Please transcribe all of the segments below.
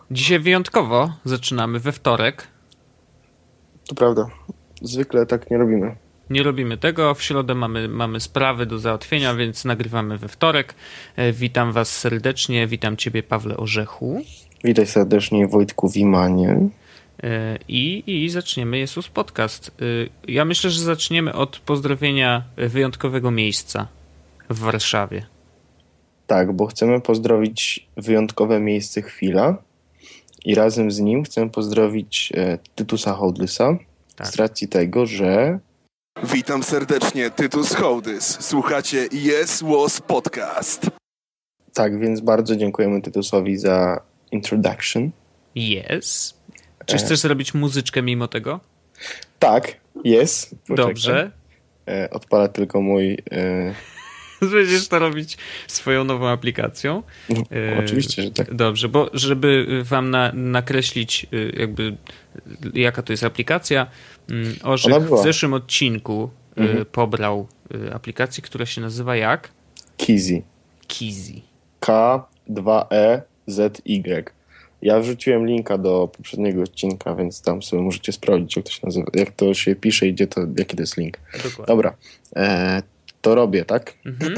Dzisiaj wyjątkowo zaczynamy we wtorek. To prawda. Zwykle tak nie robimy. Nie robimy tego. W środę mamy sprawy do załatwienia, więc nagrywamy we wtorek. Witam was serdecznie. Witam ciebie, Pawle Orzechu. Witaj serdecznie, Wojtku Wimanie. I zaczniemy Jesus Podcast. Ja myślę, że zaczniemy od pozdrowienia wyjątkowego miejsca w Warszawie. Tak, bo chcemy pozdrowić wyjątkowe miejsce Chwila i razem z nim chcemy pozdrowić Tytusa Hołdysa z racji tego, że... Witam serdecznie, Tytus Hołdys. Słuchacie Yes Was Podcast. Tak, więc bardzo dziękujemy Tytusowi za introduction. Yes. Czy chcesz zrobić muzyczkę mimo tego? Tak, jest. Poczekaj. Dobrze. Odpala tylko mój... Będziesz to robić swoją nową aplikacją. Oczywiście, że tak. Dobrze, bo żeby wam nakreślić jakby jaka to jest aplikacja, Orzech w zeszłym odcinku pobrał aplikację, która się nazywa jak? Kizy. Kizy. K2EZY. Ja wrzuciłem linka do poprzedniego odcinka, więc tam sobie możecie sprawdzić, jak to się nazywa, jak to się pisze i jaki to jest link. Dokładnie. Dobra. To robię, tak?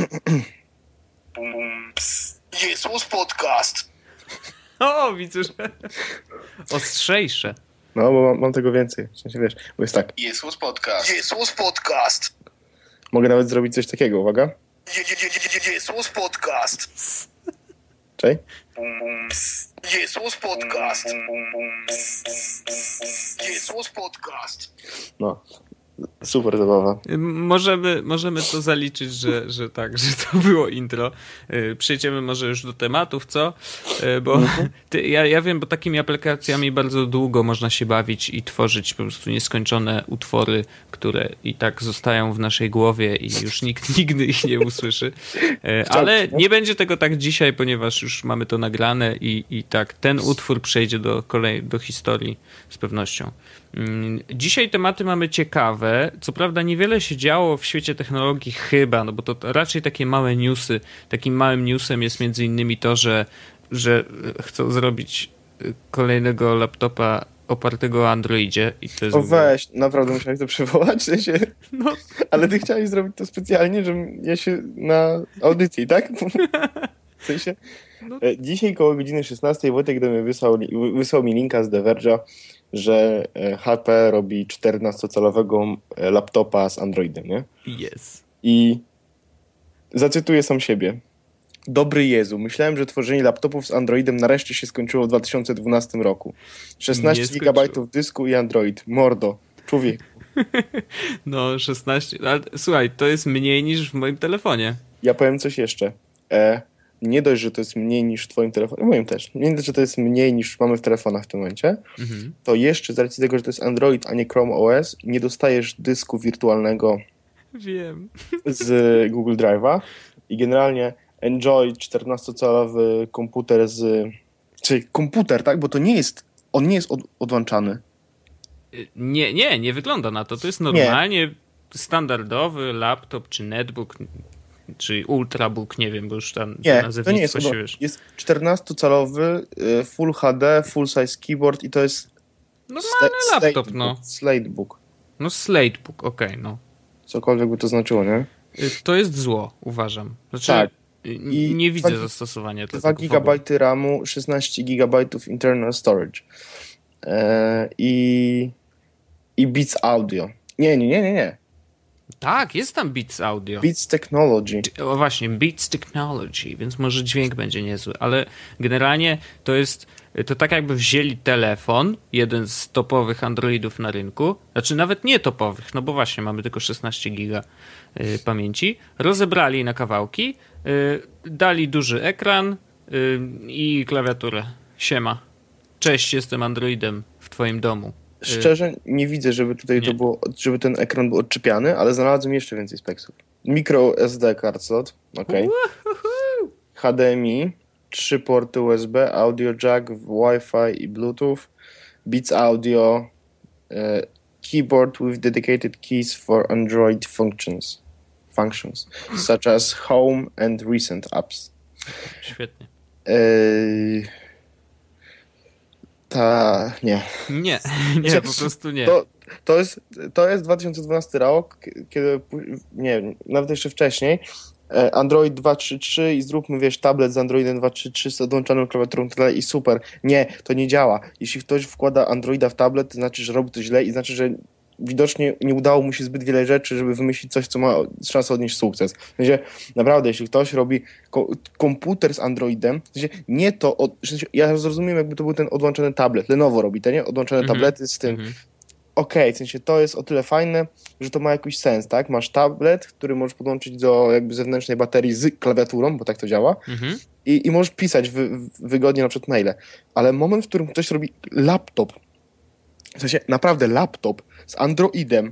Yes Was Podcast. O, widzę, że ostrzejsze. No, bo mam tego więcej. W sensie, wiesz, bo jest tak. Yes Was Podcast. Yes Was Podcast. Mogę nawet zrobić coś takiego, uwaga. Yes Was Podcast. Czekaj. Yes Was Podcast. Yes Was Podcast. No. Super zabawa. Możemy to zaliczyć, że tak, że to było intro. Przejdziemy może już do tematów, co? Bo ja wiem, bo takimi aplikacjami bardzo długo można się bawić i tworzyć po prostu nieskończone utwory, które i tak zostają w naszej głowie i już nikt nigdy ich nie usłyszy. Ale nie będzie tego tak dzisiaj, ponieważ już mamy to nagrane i tak ten utwór przejdzie do historii z pewnością. Dzisiaj tematy mamy ciekawe. Co prawda niewiele się działo w świecie technologii chyba, no bo to raczej takie małe newsy. Takim małym newsem jest między innymi to, że chcą zrobić kolejnego laptopa opartego o Androidzie. I to jest weź, naprawdę musiałeś to przywołać? W sensie... No. Ale ty chciałeś zrobić to specjalnie, żebym ja się na audycji, tak? W sensie... No. Dzisiaj koło godziny 16 Wojtek do mnie wysłał mi linka z The Verge'a, że HP robi 14-calowego laptopa z Androidem, nie? Yes. I zacytuję sam siebie. Dobry Jezu, myślałem, że tworzenie laptopów z Androidem nareszcie się skończyło w 2012 roku. 16 GB dysku i Android. Mordo. Człowiek. No, 16. Ale słuchaj, to jest mniej niż w moim telefonie. Ja powiem coś jeszcze. Nie dość, że to jest mniej niż w twoim telefonie, moim też, nie dość, że to jest mniej niż mamy w telefonach w tym momencie, to jeszcze z racji tego, że to jest Android, a nie Chrome OS, nie dostajesz dysku wirtualnego z Google Drive'a i generalnie enjoy 14-calowy komputer czyli komputer, tak? Bo to nie jest, on nie jest odłączany. Nie wygląda na to. To jest normalnie standardowy laptop czy netbook, czy ultrabook, nie wiem, bo już tam to nie jest. Jest 14-calowy Full HD, full size keyboard i to jest normalny laptop, Slatebook. No Slatebook, okej, no. Cokolwiek by to znaczyło, nie? To jest zło, uważam. Znaczy, tak. Nie widzę zastosowania. 2 GB RAMu, 16 GB internal storage. I Beats Audio. Nie. Tak, jest tam Beats Audio. Beats Technology. O właśnie, Beats Technology, więc może dźwięk będzie niezły, ale generalnie to tak jakby wzięli telefon, jeden z topowych Androidów na rynku, znaczy nawet nie topowych, no bo właśnie mamy tylko 16 giga pamięci, rozebrali na kawałki, dali duży ekran i klawiaturę. Siema. Cześć, jestem Androidem w twoim domu. Szczerze nie widzę, żeby tutaj to było, żeby ten ekran był odczepiany, ale znalazłem jeszcze więcej speksów. Micro SD card slot, okej. HDMI, 3 porty USB, audio jack, Wi-Fi i Bluetooth, Beats Audio, keyboard with dedicated keys for Android functions, such as home and recent apps. Świetnie. Nie. Nie, po prostu nie. To jest 2012 rok, kiedy, nie wiem, nawet jeszcze wcześniej, Android 2.3.3 i zróbmy, wiesz, tablet z Androidem 2.3.3 z odłączoną klawiaturą i super. Nie, to nie działa. Jeśli ktoś wkłada Androida w tablet, to znaczy, że robi to źle i znaczy, że widocznie nie udało mu się zbyt wiele rzeczy, żeby wymyślić coś, co ma szansę odnieść sukces. W sensie, naprawdę, jeśli ktoś robi komputer z Androidem, w sensie, nie to, w sensie, ja zrozumiem, jakby to był ten odłączony tablet. Lenovo robi te, nie? Odłączone tablety z tym. Okej, w sensie to jest o tyle fajne, że to ma jakiś sens, tak? Masz tablet, który możesz podłączyć do jakby zewnętrznej baterii z klawiaturą, bo tak to działa, i możesz pisać wygodnie na przykład maile. Ale moment, w którym ktoś robi laptop, w sensie naprawdę laptop z Androidem.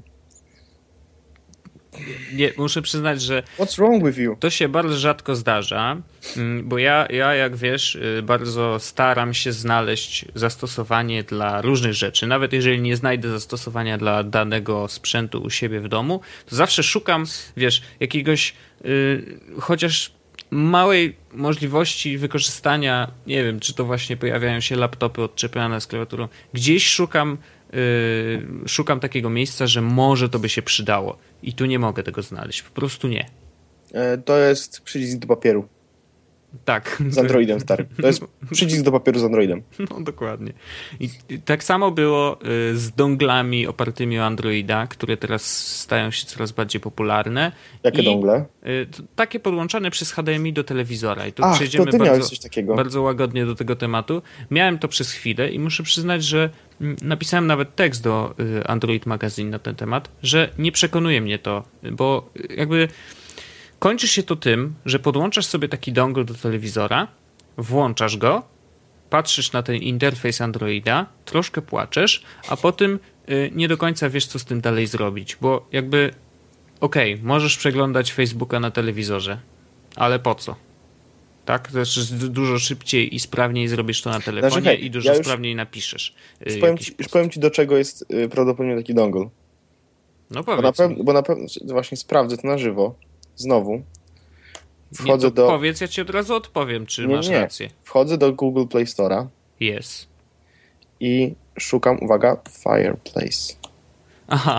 Nie, muszę przyznać, że What's wrong with you? To się bardzo rzadko zdarza, bo ja jak wiesz, bardzo staram się znaleźć zastosowanie dla różnych rzeczy. Nawet jeżeli nie znajdę zastosowania dla danego sprzętu u siebie w domu, to zawsze szukam, wiesz, jakiegoś chociaż małej możliwości wykorzystania, nie wiem, czy to właśnie pojawiają się laptopy odczepiane z klawiaturą. Gdzieś szukam takiego miejsca, że może to by się przydało. I tu nie mogę tego znaleźć. Po prostu nie. To jest przycisk do papieru. Tak. Z Androidem, stary. To jest przycisk do papieru z Androidem. No dokładnie. I tak samo było z donglami opartymi o Androida, które teraz stają się coraz bardziej popularne. Jakie dongle? Takie podłączane przez HDMI do telewizora. I tu Ach, przejdziemy to ty miałeś coś takiego. bardzo łagodnie do tego tematu. Miałem to przez chwilę i muszę przyznać, że napisałem nawet tekst do Android Magazine na ten temat, że nie przekonuje mnie to, bo jakby kończy się to tym, że podłączasz sobie taki dongle do telewizora, włączasz go, patrzysz na ten interfejs Androida, troszkę płaczesz, a potem nie do końca wiesz, co z tym dalej zrobić, bo jakby możesz przeglądać Facebooka na telewizorze, ale po co? Tak? Znaczy dużo szybciej i sprawniej zrobisz to na telefonie i dużo sprawniej napiszesz. Już powiem ci, do czego jest prawdopodobnie taki dongle. No powiedz. Bo na pewno właśnie sprawdzę to na żywo. Znowu. Wchodzę powiedz, ja ci od razu odpowiem, czy masz rację. Wchodzę do Google Play Store'a. Yes. I szukam, uwaga, Fireplace. Aha.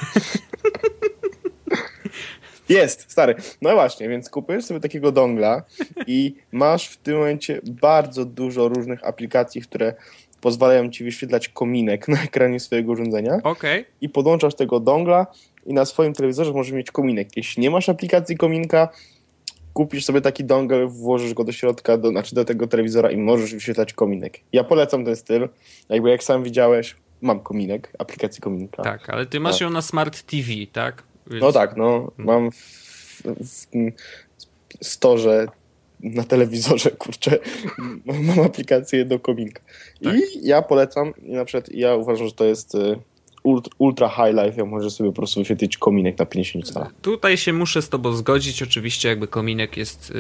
Jest, stary. No właśnie, więc kupujesz sobie takiego dongla i masz w tym momencie bardzo dużo różnych aplikacji, które pozwalają ci wyświetlać kominek na ekranie swojego urządzenia. Okay. I podłączasz tego dongla i na swoim telewizorze możesz mieć kominek. Jeśli nie masz aplikacji kominka, kupisz sobie taki dongle, włożysz go do środka, do tego telewizora i możesz wyświetlać kominek. Ja polecam ten styl. Jakby jak sam widziałeś, mam kominek, aplikację kominka. Tak, ale ty masz ją na Smart TV, tak? Więc... No tak, mam w storze na telewizorze, kurczę, mam aplikację do kominka. Tak. I ja polecam, na przykład ja uważam, że to jest ultra high life, ja możesz sobie po prostu wyświetlić kominek na 50 cala. Tutaj się muszę z tobą zgodzić, oczywiście jakby kominek jest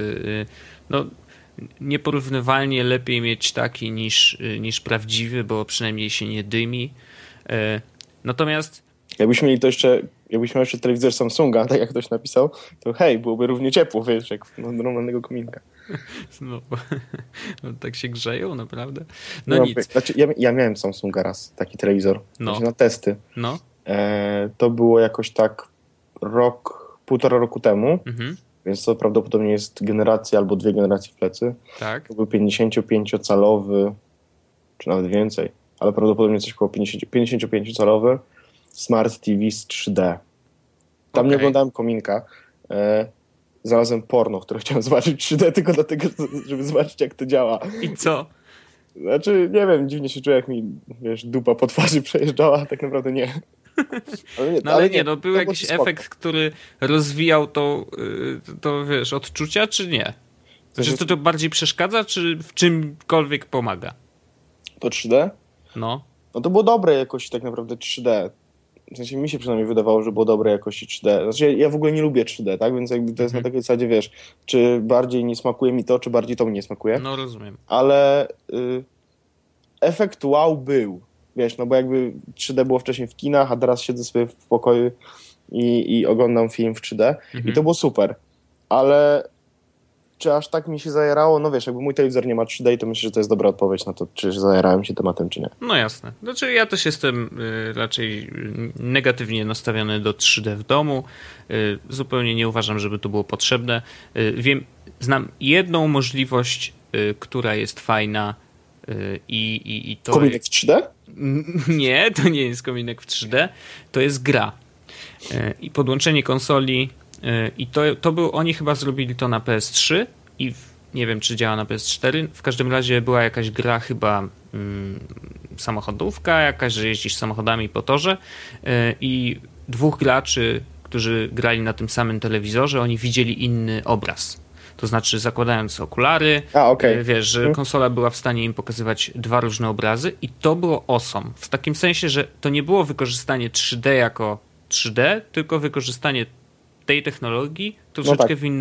nieporównywalnie lepiej mieć taki niż prawdziwy, bo przynajmniej się nie dymi. Natomiast jakbyśmy miał jeszcze telewizor Samsunga, tak jak ktoś napisał, to hej, byłoby równie ciepło, wiesz, jak normalnego kominka. No, tak się grzeją, naprawdę? Nic. Znaczy, ja miałem Samsunga raz, taki telewizor, znaczy na testy. No. To było jakoś tak półtora roku temu, więc to prawdopodobnie jest generacja albo 2 generacje w plecy. Tak. To był 55-calowy, czy nawet więcej, ale prawdopodobnie coś około 55-calowy Smart TV z 3D. Tam nie oglądałem kominka. Znalazłem porno, które chciałem zobaczyć 3D tylko dlatego, żeby zobaczyć, jak to działa. I co? Znaczy, nie wiem, dziwnie się czułem, jak mi, wiesz, dupa po twarzy przejeżdżała, a tak naprawdę nie. Był jakiś efekt, który rozwijał to wiesz, odczucia, czy nie? Znaczy, to bardziej przeszkadza, czy w czymkolwiek pomaga? To 3D? No to było dobre jakości tak naprawdę 3D. W sensie mi się przynajmniej wydawało, że było dobrej jakości 3D. Znaczy ja w ogóle nie lubię 3D, tak? Więc jakby to jest na takiej zasadzie, wiesz, czy bardziej nie smakuje mi to, czy bardziej to mi nie smakuje. No rozumiem. Ale efekt wow był. Wiesz, bo jakby 3D było wcześniej w kinach, a teraz siedzę sobie w pokoju i oglądam film w 3D i to było super. Ale czy aż tak mi się zajarało? No wiesz, jakby mój telewizor nie ma 3D i to myślę, że to jest dobra odpowiedź na to, czy zajarałem się tematem, czy nie. No jasne. Znaczy ja też jestem raczej negatywnie nastawiony do 3D w domu. Zupełnie nie uważam, żeby to było potrzebne. Znam jedną możliwość, która jest fajna i to... Kominek w 3D? Nie, to nie jest kominek w 3D. To jest gra. I podłączenie konsoli i to był, oni chyba zrobili to na PS3 i nie wiem, czy działa na PS4. W każdym razie była jakaś gra chyba samochodówka jakaś, że jeździsz samochodami po torze i dwóch graczy, którzy grali na tym samym telewizorze, oni widzieli inny obraz. To znaczy zakładając okulary, wiesz, że konsola była w stanie im pokazywać dwa różne obrazy i to było awesome. W takim sensie, że to nie było wykorzystanie 3D jako 3D, tylko wykorzystanie tej technologii troszeczkę w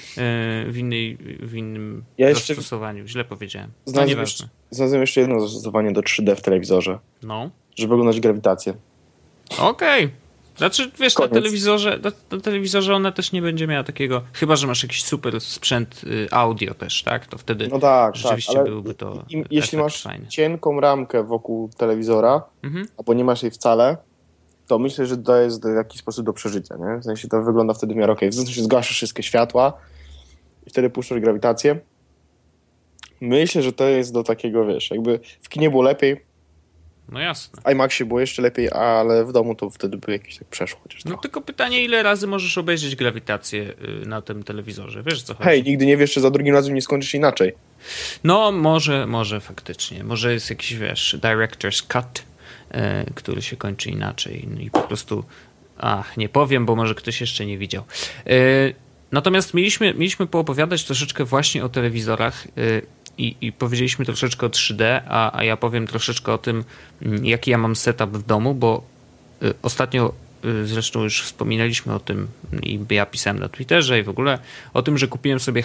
innym zastosowaniu. Źle powiedziałem. Znalazłem jeszcze jedno zastosowanie do 3D w telewizorze. No. Żeby oglądać grawitację. Okej. Znaczy, wiesz, na telewizorze ona też nie będzie miała takiego, chyba że masz jakiś super sprzęt audio też, tak? To wtedy rzeczywiście byłby to jeśli masz fajny. cienką ramkę wokół telewizora, albo nie masz jej wcale, to myślę, że to jest w jakiś sposób do przeżycia, nie? W sensie to wygląda wtedy w miarę okej. W sensie zgaszasz wszystkie światła i wtedy puszczasz grawitację. Myślę, że to jest do takiego, wiesz, jakby w kinie było lepiej. No jasne. W IMAXie było jeszcze lepiej, ale w domu to wtedy by jakieś tak przeszło. No tylko pytanie, ile razy możesz obejrzeć grawitację na tym telewizorze? Wiesz, co chodzi? Hej, nigdy nie wiesz, czy za drugim razem nie skończysz inaczej. No, może faktycznie. Może jest jakiś, wiesz, director's cut, który się kończy inaczej. No i po prostu, nie powiem, bo może ktoś jeszcze nie widział. Natomiast mieliśmy poopowiadać troszeczkę właśnie o telewizorach i powiedzieliśmy troszeczkę o 3D, a ja powiem troszeczkę o tym, jaki ja mam setup w domu, bo ostatnio zresztą już wspominaliśmy o tym i ja pisałem na Twitterze i w ogóle o tym, że kupiłem sobie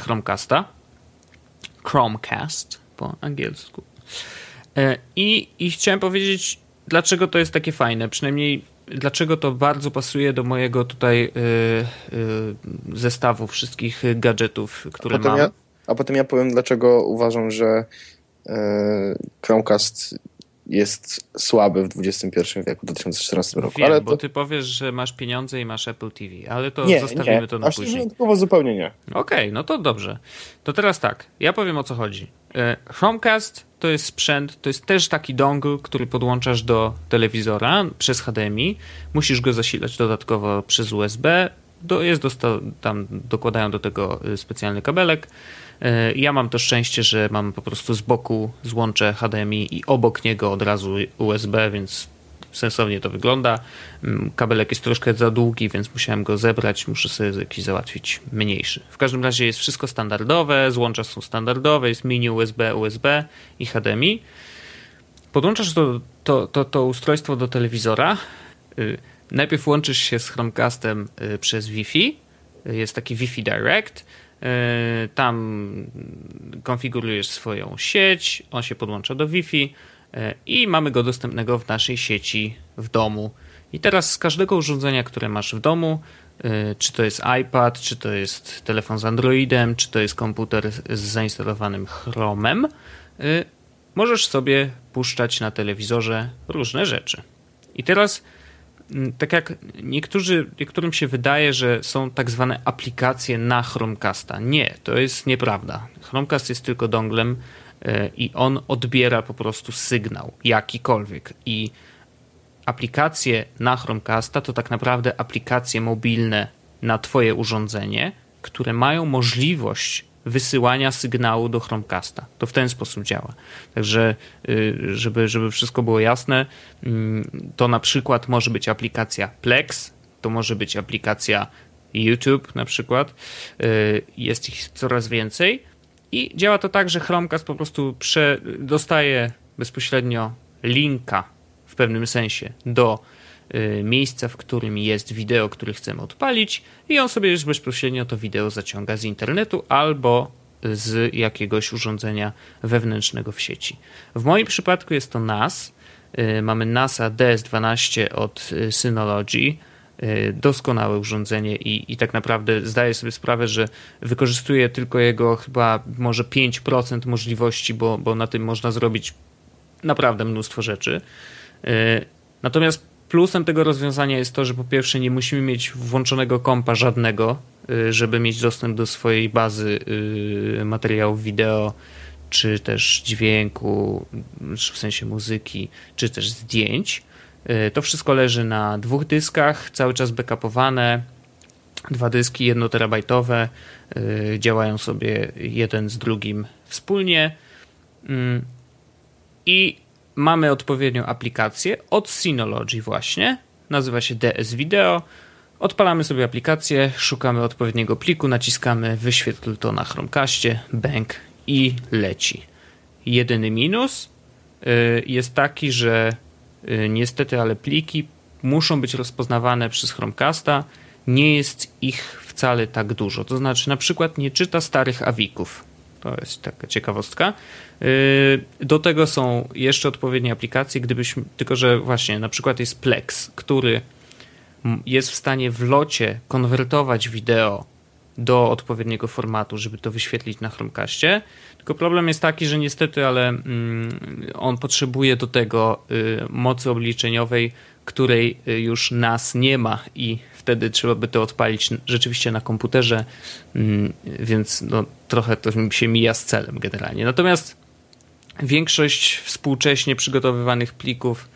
Chromecast po angielsku. I chciałem powiedzieć, dlaczego to jest takie fajne, przynajmniej dlaczego to bardzo pasuje do mojego tutaj zestawu wszystkich gadżetów, które mam. A potem ja powiem, dlaczego uważam, że Chromecast jest słaby w XXI wieku, w 2014 roku. Wiem, bo ty powiesz, że masz pieniądze i masz Apple TV, ale to zostawimy to na później. Wyjątkowo zupełnie nie. Okej, no to dobrze. To teraz tak, ja powiem, o co chodzi. Chromecast to jest sprzęt, to jest też taki dongle, który podłączasz do telewizora przez HDMI. Musisz go zasilać dodatkowo przez USB. Tam dokładają do tego specjalny kabelek. Ja mam to szczęście, że mam po prostu z boku złącze HDMI i obok niego od razu USB, więc sensownie to wygląda. Kabelek jest troszkę za długi, więc musiałem go zebrać. Muszę sobie jakiś załatwić mniejszy. W każdym razie jest wszystko standardowe, złącza są standardowe, jest mini USB i HDMI. Podłączasz to ustrojstwo do telewizora. Najpierw łączysz się z Chromecastem przez Wi-Fi. Jest taki Wi-Fi Direct. Tam konfigurujesz swoją sieć, on się podłącza do Wi-Fi i mamy go dostępnego w naszej sieci w domu. I teraz z każdego urządzenia, które masz w domu, czy to jest iPad, czy to jest telefon z Androidem, czy to jest komputer z zainstalowanym Chromem, możesz sobie puszczać na telewizorze różne rzeczy. I teraz tak jak niektórym się wydaje, że są tak zwane aplikacje na Chromecasta. Nie, to jest nieprawda. Chromecast jest tylko donglem i on odbiera po prostu sygnał, jakikolwiek. I aplikacje na Chromecasta to tak naprawdę aplikacje mobilne na twoje urządzenie, które mają możliwość wysyłania sygnału do Chromecasta. To w ten sposób działa. Także żeby wszystko było jasne, to na przykład może być aplikacja Plex, to może być aplikacja YouTube na przykład. Jest ich coraz więcej i działa to tak, że Chromecast po prostu dostaje bezpośrednio linka w pewnym sensie do miejsca, w którym jest wideo, które chcemy odpalić i on sobie już bezpośrednio to wideo zaciąga z internetu albo z jakiegoś urządzenia wewnętrznego w sieci. W moim przypadku jest to NAS. Mamy NASa DS12 od Synology. doskonałe urządzenie i tak naprawdę zdaję sobie sprawę, że wykorzystuje tylko jego chyba może 5% możliwości, bo na tym można zrobić naprawdę mnóstwo rzeczy. Natomiast plusem tego rozwiązania jest to, że po pierwsze nie musimy mieć włączonego kompa żadnego, żeby mieć dostęp do swojej bazy materiałów wideo, czy też dźwięku, w sensie muzyki, czy też zdjęć. To wszystko leży na 2 dyskach, cały czas backupowane. 2 dyski 1-terabajtowe działają sobie jeden z drugim wspólnie. I mamy odpowiednią aplikację od Synology właśnie. Nazywa się DS Video. Odpalamy sobie aplikację, szukamy odpowiedniego pliku, naciskamy wyświetl to na Chromecastie, bang i leci. Jedyny minus jest taki, że niestety, ale pliki muszą być rozpoznawane przez Chromecasta. Nie jest ich wcale tak dużo. To znaczy na przykład nie czyta starych awików. To jest taka ciekawostka. Do tego są jeszcze odpowiednie aplikacje, tylko że właśnie na przykład jest Plex, który jest w stanie w locie konwertować wideo do odpowiedniego formatu, żeby to wyświetlić na Chromecastie. Tylko problem jest taki, że niestety, ale on potrzebuje do tego mocy obliczeniowej, której już NAS nie ma i wtedy trzeba by to odpalić rzeczywiście na komputerze, więc no, trochę to się mija z celem generalnie. Natomiast większość współcześnie przygotowywanych plików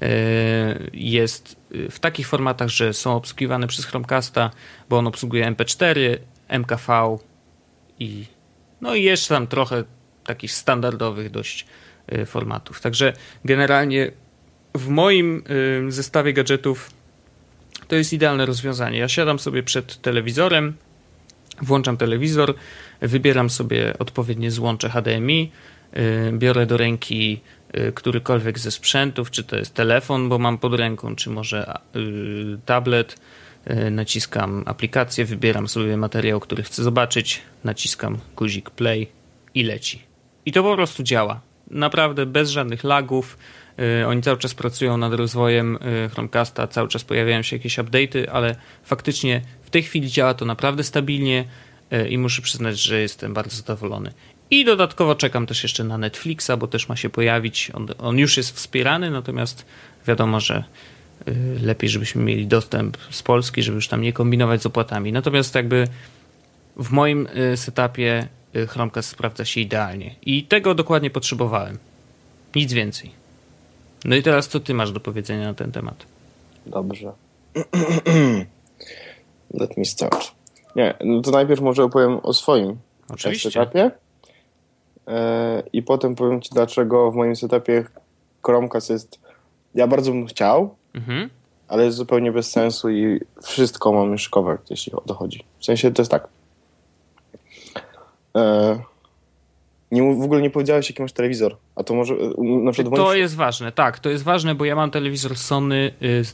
jest w takich formatach, że są obsługiwane przez Chromecasta, bo on obsługuje MP4, MKV i jeszcze tam trochę takich standardowych dość formatów. Także generalnie w moim zestawie gadżetów to jest idealne rozwiązanie. Ja siadam sobie przed telewizorem, włączam telewizor, wybieram sobie odpowiednie złącze HDMI, biorę do ręki którykolwiek ze sprzętów, czy to jest telefon, bo mam pod ręką, czy może tablet, naciskam aplikację, wybieram sobie materiał, który chcę zobaczyć, naciskam guzik play i leci. I to po prostu działa. Naprawdę bez żadnych lagów. Oni cały czas pracują nad rozwojem Chromecasta, cały czas pojawiają się jakieś update'y, ale faktycznie w tej chwili działa to naprawdę stabilnie i muszę przyznać, że jestem bardzo zadowolony. I dodatkowo czekam też jeszcze na Netflixa, bo też ma się pojawić. On już jest wspierany, natomiast wiadomo, że lepiej, żebyśmy mieli dostęp z Polski, żeby już tam nie kombinować z opłatami. Natomiast jakby w moim setupie Chromecast sprawdza się idealnie. I tego dokładnie potrzebowałem. Nic więcej. No i teraz co ty masz do powiedzenia na ten temat? Dobrze. Let me start. Nie, no to najpierw może opowiem o swoim setupie. I potem powiem ci, dlaczego w moim setupie Chromecast jest... Ja bardzo bym chciał, ale jest zupełnie bez sensu i wszystko mam myszkowe, jeśli o to chodzi. W sensie to jest tak. W ogóle nie powiedziałeś, jaki masz telewizor. A to może na przykład... To jest ważne, tak. To jest ważne, bo ja mam telewizor Sony z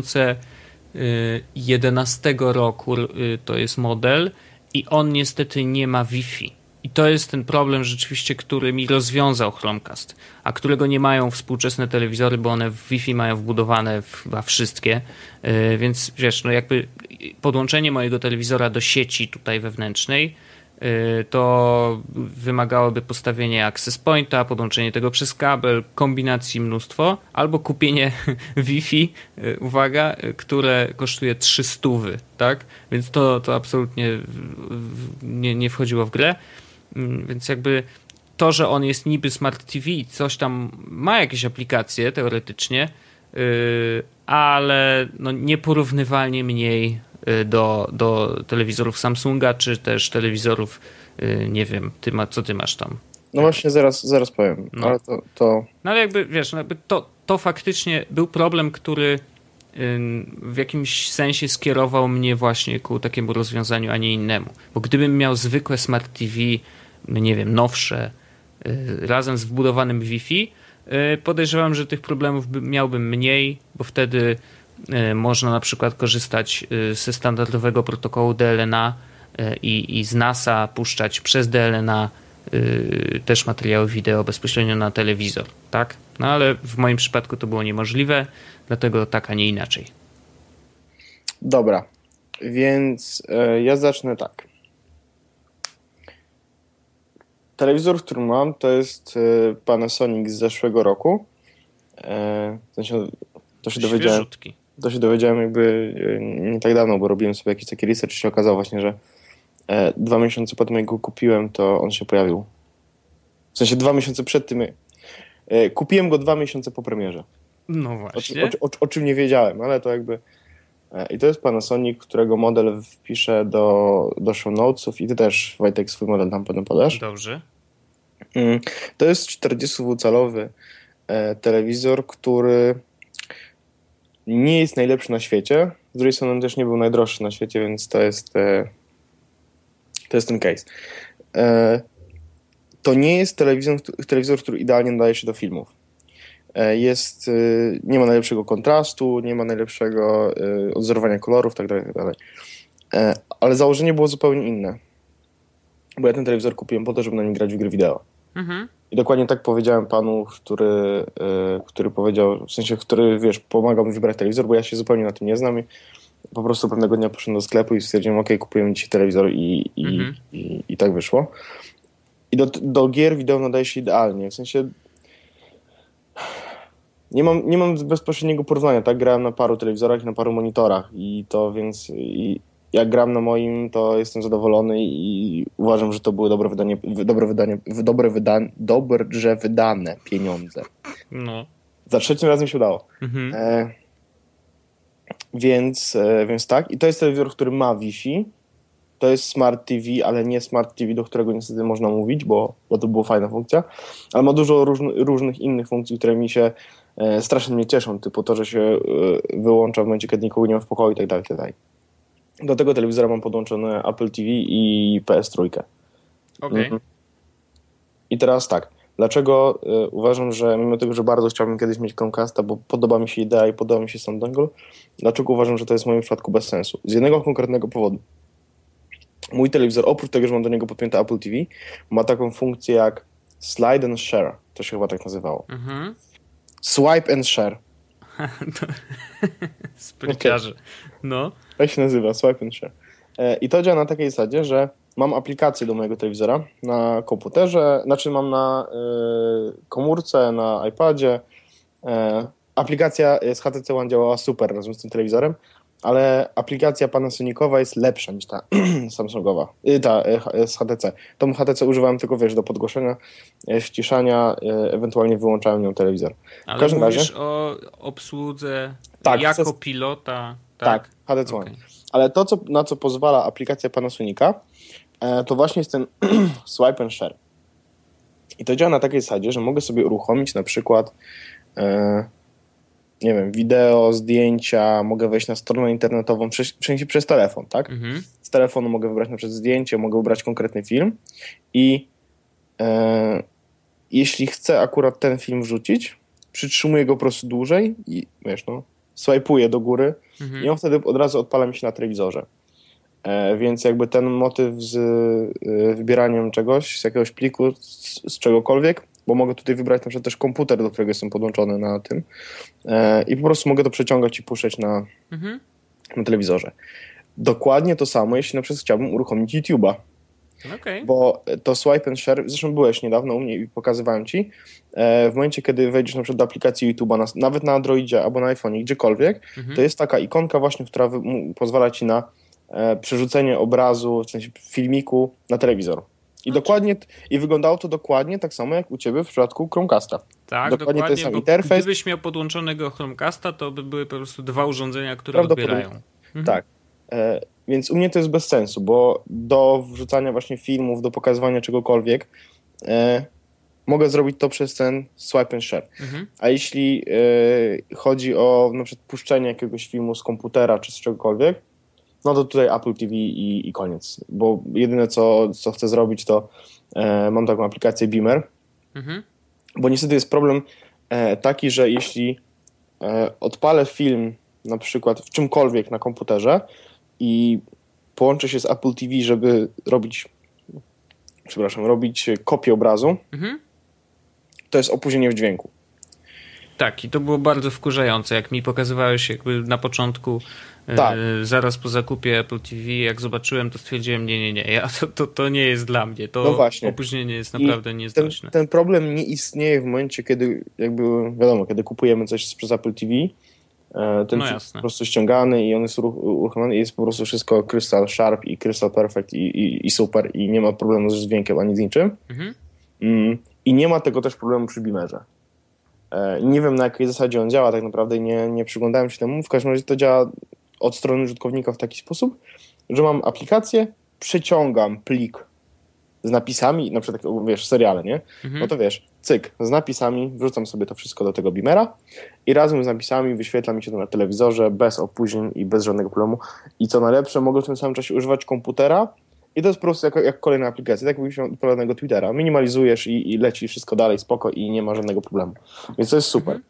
2011 roku. To jest model i on niestety nie ma Wi-Fi. I to jest ten problem rzeczywiście, który mi rozwiązał Chromecast, a którego nie mają współczesne telewizory, bo one w Wi-Fi mają wbudowane chyba wszystkie, więc wiesz, no jakby podłączenie mojego telewizora do sieci tutaj wewnętrznej to wymagałoby postawienia access pointa, podłączenie tego przez kabel, kombinacji mnóstwo, albo kupienie Wi-Fi, uwaga, które kosztuje 300, tak? Więc to absolutnie nie wchodziło w grę. Więc jakby to, że on jest niby Smart TV, coś tam ma jakieś aplikacje teoretycznie, ale no nieporównywalnie mniej do telewizorów Samsunga, czy też telewizorów, nie wiem, co ty masz tam? No właśnie, zaraz powiem. No. Ale to... No ale jakby, wiesz, to faktycznie był problem, który w jakimś sensie skierował mnie właśnie ku takiemu rozwiązaniu, a nie innemu. Bo gdybym miał zwykłe Smart TV, nie wiem, nowsze, razem z wbudowanym Wi-Fi, podejrzewam, że tych problemów miałbym mniej, bo wtedy można na przykład korzystać ze standardowego protokołu DLNA i z NASA puszczać przez DLNA też materiały wideo bezpośrednio na telewizor, tak? No ale w moim przypadku to było niemożliwe, dlatego tak, a nie inaczej. Dobra, więc ja zacznę tak. Telewizor, który mam, to jest Panasonic z zeszłego roku. W sensie, Świeżutki. to się dowiedziałem jakby nie tak dawno, bo robiłem sobie jakiś taki research i się okazało właśnie, że 2 miesiące po tym, jak go kupiłem, to on się pojawił. W sensie 2 miesiące przed tym. Kupiłem go 2 miesiące po premierze. No właśnie. O czym nie wiedziałem, ale to jakby... I to jest Panasonic, którego model wpiszę do show notesów i ty też, Wojtek, swój model tam potem podasz. Dobrze. To jest 40-calowy telewizor, który nie jest najlepszy na świecie. Z drugiej strony on też nie był najdroższy na świecie, więc to jest ten case. To nie jest telewizor, który idealnie nadaje się do filmów. Nie ma najlepszego kontrastu, nie ma najlepszego odzorowania kolorów, tak dalej. Ale założenie było zupełnie inne. Bo ja ten telewizor kupiłem po to, żeby na nim grać w gry wideo. Mhm. I dokładnie tak powiedziałem panu, który powiedział, w sensie, który, wiesz, pomagał mi wybrać telewizor, bo ja się zupełnie na tym nie znam i po prostu pewnego dnia poszedłem do sklepu i stwierdziłem, okej, kupujemy dzisiaj telewizor i tak wyszło. I do gier wideo nadaje się idealnie, w sensie nie mam bezpośredniego porównania, tak? Grałem na paru telewizorach i na paru monitorach i to więc jak gram na moim, to jestem zadowolony i uważam, że to były dobrze wydane pieniądze. No. Za trzecim razem się udało. Mhm. Więc tak. I to jest telewizor, który ma Wi-Fi. To jest Smart TV, ale nie Smart TV, do którego niestety można mówić, bo to była fajna funkcja. Ale ma dużo różnych innych funkcji, które mi się strasznie mnie cieszą, typu to, że się wyłącza w momencie, kiedy nikogo nie ma w pokoju i tak dalej, tak dalej. Do tego telewizora mam podłączone Apple TV i PS3. Okej. I teraz tak. Dlaczego uważam, że mimo tego, że bardzo chciałbym kiedyś mieć Chromecasta, bo podoba mi się idea i podoba mi się sam dongle, dlaczego uważam, że to jest w moim przypadku bez sensu? Z jednego konkretnego powodu. Mój telewizor, oprócz tego, że mam do niego podpięte Apple TV, ma taką funkcję jak Slide and Share. To się chyba tak nazywało. Mhm. Swipe and Share. Spryciarze. No. Tak się nazywa, Swipe and Share. I to działa na takiej zasadzie, że mam aplikację do mojego telewizora na komputerze, znaczy mam na komórce, na iPadzie. Aplikacja z HTC One działała super razem z tym telewizorem, ale aplikacja Panasonicowa jest lepsza niż ta Samsungowa, ta z HTC. Tą HTC używałem tylko, wiesz, do podgłoszenia, ściszania, ewentualnie wyłączałem nią telewizor. Ale mówisz razie, o obsłudze tak, jako pilota. Tak, HTC One. Ale to, na co pozwala aplikacja Panasonica, to właśnie jest ten Swipe and Share. I to działa na takiej zasadzie, że mogę sobie uruchomić na przykład nie wiem, wideo, zdjęcia, mogę wejść na stronę internetową, przez telefon, tak? Mhm. Z telefonu mogę wybrać na przykład zdjęcie, mogę wybrać konkretny film i jeśli chcę akurat ten film wrzucić, przytrzymuję go po prostu dłużej i wiesz, no, swajpuję do góry i on wtedy od razu odpala mi się na telewizorze. Więc jakby ten motyw z wybieraniem czegoś, z jakiegoś pliku, z czegokolwiek, bo mogę tutaj wybrać na przykład też komputer, do którego jestem podłączony na tym i po prostu mogę to przeciągać i puszczać na telewizorze. Dokładnie to samo, jeśli na przykład chciałbym uruchomić YouTube'a. Okay. Bo to Swipe and Share, zresztą byłeś niedawno u mnie i pokazywałem ci, w momencie, kiedy wejdziesz na przykład do aplikacji YouTube'a, nawet na Androidzie albo na iPhone'ie, gdziekolwiek, to jest taka ikonka właśnie, która pozwala ci na przerzucenie obrazu, w sensie filmiku na telewizor. I dokładnie, i wyglądało to dokładnie tak samo jak u ciebie w przypadku Chromecasta. Tak, dokładnie ten sam interfejs. Gdybyś miał podłączonego Chromecasta, to by były po prostu dwa urządzenia, które odbierają. Tak. Więc u mnie to jest bez sensu, bo do wrzucania właśnie filmów, do pokazywania czegokolwiek mogę zrobić to przez ten Swipe and Share. A jeśli chodzi o na przykład puszczenie jakiegoś filmu z komputera czy z czegokolwiek, no to tutaj Apple TV i koniec. Bo jedyne co chcę zrobić, to mam taką aplikację Beamer, bo niestety jest problem taki, że jeśli odpalę film na przykład w czymkolwiek na komputerze i połączę się z Apple TV, żeby robić kopię obrazu, to jest opóźnienie w dźwięku. Tak, i to było bardzo wkurzające, jak mi pokazywałeś jakby na początku, zaraz po zakupie Apple TV, jak zobaczyłem, to stwierdziłem, nie, to nie jest dla mnie, to opóźnienie jest naprawdę nieznośne. Ten problem nie istnieje w momencie, kiedy jakby, wiadomo, kiedy kupujemy coś przez Apple TV, ten jest po prostu ściągany i on jest uruchomiony i jest po prostu wszystko Crystal Sharp i Crystal Perfect i super i nie ma problemu z dźwiękiem ani z niczym. I nie ma tego też problemu przy Beamerze. Nie wiem, na jakiej zasadzie on działa tak naprawdę i nie przyglądałem się temu. W każdym razie to działa od strony użytkownika w taki sposób, że mam aplikację, przeciągam plik z napisami, na przykład, wiesz, seriale, nie? No to wiesz, cyk, z napisami, wrzucam sobie to wszystko do tego Beamera i razem z napisami wyświetla mi się to na telewizorze bez opóźnień i bez żadnego problemu. I co najlepsze, mogę w tym samym czasie używać komputera i to jest po prostu jak kolejna aplikacja, tak jakbyś miał odpalonego Twittera. Minimalizujesz i leci wszystko dalej, spoko i nie ma żadnego problemu. Więc to jest super.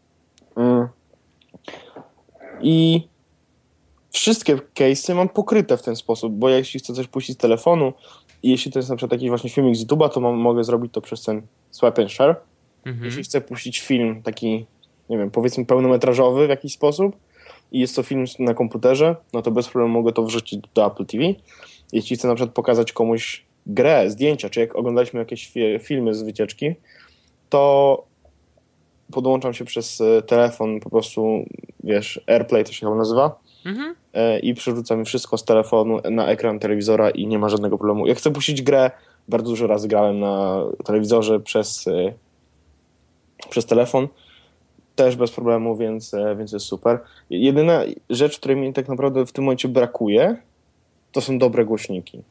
I wszystkie case'y mam pokryte w ten sposób, bo jeśli chcę coś puścić z telefonu i jeśli to jest na przykład jakiś właśnie filmik z YouTube'a, to mogę zrobić to przez ten swipe and share. Jeśli chcę puścić film taki, nie wiem, powiedzmy pełnometrażowy w jakiś sposób i jest to film na komputerze, no to bez problemu mogę to wrzucić do Apple TV. Jeśli chcę na przykład pokazać komuś grę, zdjęcia, czy jak oglądaliśmy jakieś filmy z wycieczki, to podłączam się przez telefon, po prostu, wiesz, AirPlay to się chyba nazywa, i przerzucam wszystko z telefonu na ekran telewizora i nie ma żadnego problemu. Jak chcę puścić grę, bardzo dużo razy grałem na telewizorze przez telefon, też bez problemu, więc jest super. Jedyna rzecz, której mi tak naprawdę w tym momencie brakuje, to są dobre głośniki.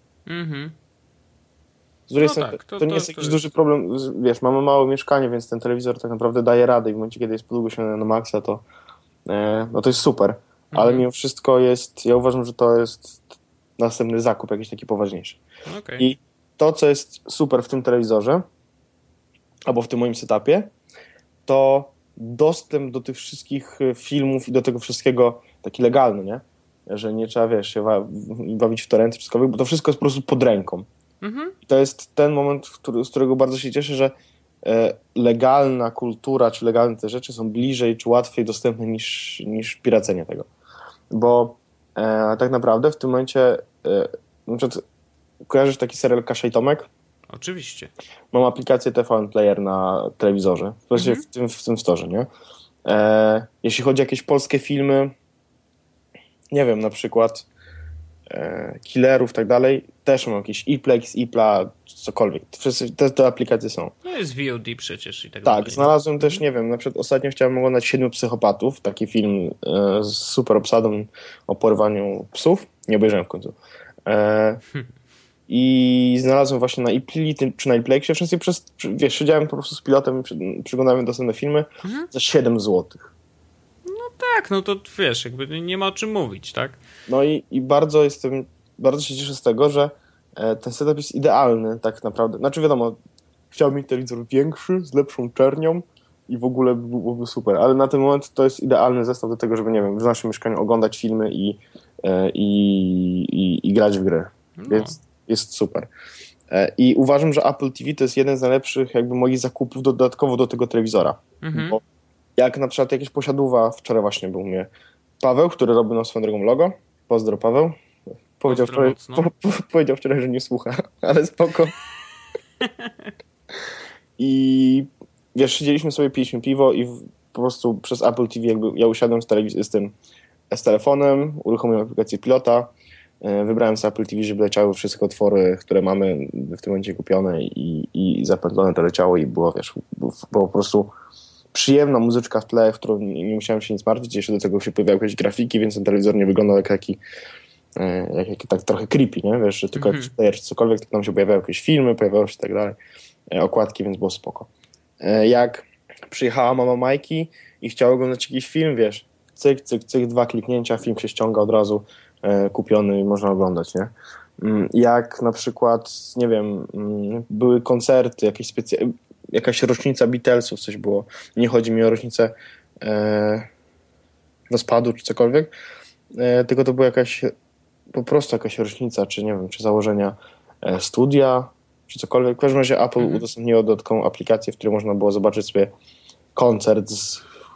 Z drugiej strony, to nie jest jakiś duży problem. Wiesz, mamy małe mieszkanie, więc ten telewizor tak naprawdę daje radę i w momencie, kiedy jest podgłośniony na maksa, to no to jest super. Ale mimo wszystko ja uważam, że to jest następny zakup jakiś taki poważniejszy. Okay. I to, co jest super w tym telewizorze, albo w tym moim setupie, to dostęp do tych wszystkich filmów i do tego wszystkiego taki legalny, nie? Że nie trzeba, wiesz, się bawić w torrenty czy cokolwiek, bo to wszystko jest po prostu pod ręką. I to jest ten moment, z którego bardzo się cieszę, że legalna kultura, czy legalne te rzeczy są bliżej, czy łatwiej dostępne niż piracenie tego. Bo tak naprawdę w tym momencie na przykład kojarzysz taki serial Kasia i Tomek? Oczywiście. Mam aplikację TVN Player na telewizorze, w tym storze, nie? Jeśli chodzi o jakieś polskie filmy, nie wiem, na przykład killerów i tak dalej, też mam jakieś iPlex, iPla, cokolwiek. Te aplikacje są. No jest VOD przecież i tak dalej. Tak, znalazłem też, nie wiem, na przykład ostatnio chciałem oglądać 7 psychopatów, taki film z super obsadą o porwaniu psów. Nie obejrzałem w końcu. I znalazłem właśnie na iPli czy na iPlexie, wiesz, siedziałem po prostu z pilotem i przyglądałem dostępne filmy za 7 złotych. Tak, no to wiesz, jakby nie ma o czym mówić, tak? No i bardzo się cieszę z tego, że ten setup jest idealny tak naprawdę. Znaczy wiadomo, chciałbym mieć telewizor większy, z lepszą czernią i w ogóle byłoby super, ale na ten moment to jest idealny zestaw do tego, żeby, nie wiem, w naszym mieszkaniu oglądać filmy i grać w gry. Więc jest super. I uważam, że Apple TV to jest jeden z najlepszych jakby moich zakupów dodatkowo do tego telewizora. Bo jak na przykład jakieś posiadówa, wczoraj właśnie był mnie Paweł, który robił nam swoją drogą logo. Pozdro, Paweł. Powiedział wczoraj, że nie słucha, ale spoko. I wiesz, siedzieliśmy sobie, piliśmy piwo i po prostu przez Apple TV jakby ja usiadłem z telefonem, uruchomiłem aplikację pilota, wybrałem z Apple TV, żeby leciały wszystkie otwory, które mamy w tym momencie kupione i zapętlone to leciało i było, wiesz, było po prostu przyjemna muzyczka w tle, w którą nie musiałem się nic martwić. Jeszcze do tego się pojawiały jakieś grafiki, więc ten telewizor nie wyglądał jak tak trochę creepy, nie? Wiesz, że tylko jakiś player czy cokolwiek, to tam się pojawiały jakieś filmy, pojawiały się i tak dalej, okładki, więc było spoko. Jak przyjechała mama Majki i chciała oglądać jakiś film, wiesz, cyk, 2 kliknięcia, film się ściąga od razu, kupiony i można oglądać, nie? Jak na przykład, nie wiem, były koncerty, jakaś rocznica Beatlesów, coś było. Nie chodzi mi o rocznicę rozpadu czy cokolwiek, tylko to była po prostu jakaś rocznica, czy nie wiem, czy założenia studia, czy cokolwiek. W każdym razie Apple udostępniło dodatkową aplikację, w której można było zobaczyć sobie koncert z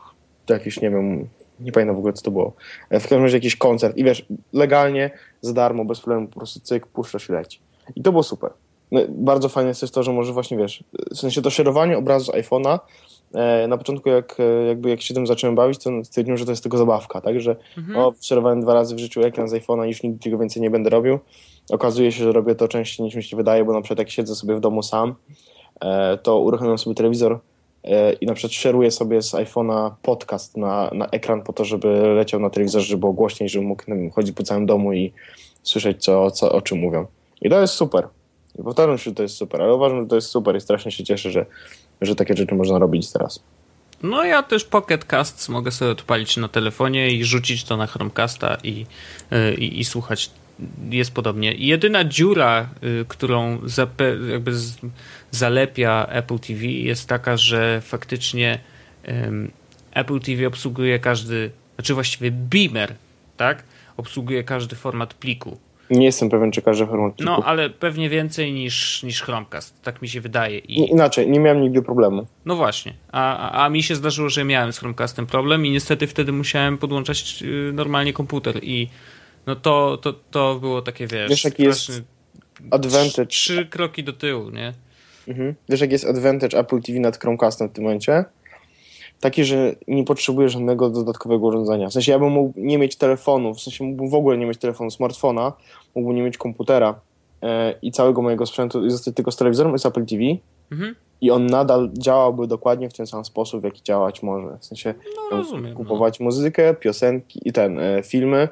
jakiś, nie wiem, nie pamiętam w ogóle co to było. W każdym razie jakiś koncert i wiesz, legalnie, za darmo, bez problemu, po prostu cyk, puszczasz i leci. I to było super. No, bardzo fajne jest też to, że może właśnie, wiesz, w sensie to szerowanie obrazu z iPhone'a, na początku jak się tym zacząłem bawić, to stwierdziłem, że to jest tylko zabawka, tak, że szerowałem 2 razy w życiu ekran z iPhone'a i już nigdy tego więcej nie będę robił. Okazuje się, że robię to częściej niż mi się wydaje, bo na przykład jak siedzę sobie w domu sam, to uruchamiam sobie telewizor i na przykład szeruję sobie z iPhone'a podcast na ekran po to, żeby leciał na telewizorze, żeby było głośniej, żebym mógł chodzić po całym domu i słyszeć o czym mówią. I to jest super. I powtarzam się, że to jest super, ale uważam, że to jest super i strasznie się cieszę, że takie rzeczy można robić teraz. No ja też Pocket Casts mogę sobie odpalić na telefonie i rzucić to na Chromecasta i słuchać. Jest podobnie. Jedyna dziura, którą jakby zalepia Apple TV, jest taka, że faktycznie Apple TV obsługuje znaczy właściwie Beamer, tak? Obsługuje każdy format pliku. Nie jestem pewien, czy każdy format pliku. No, ale pewnie więcej niż Chromecast. Tak mi się wydaje. Inaczej, nie miałem nigdy problemu. No właśnie. A mi się zdarzyło, że miałem z Chromecastem problem i niestety wtedy musiałem podłączać normalnie komputer i no to było takie, wiesz jaki jest advantage? 3 kroki do tyłu, nie? Wiesz, jaki jest advantage Apple TV nad Chromecastem w tym momencie? Taki, że nie potrzebuję żadnego dodatkowego urządzenia. W sensie ja bym mógł nie mieć telefonu, w sensie mógłbym w ogóle nie mieć telefonu, smartfona, mógłbym nie mieć komputera i całego mojego sprzętu i zostać tylko z telewizorem z Apple TV i on nadal działałby dokładnie w ten sam sposób, w jaki działać może. W sensie rozumiem, kupować muzykę, piosenki i filmy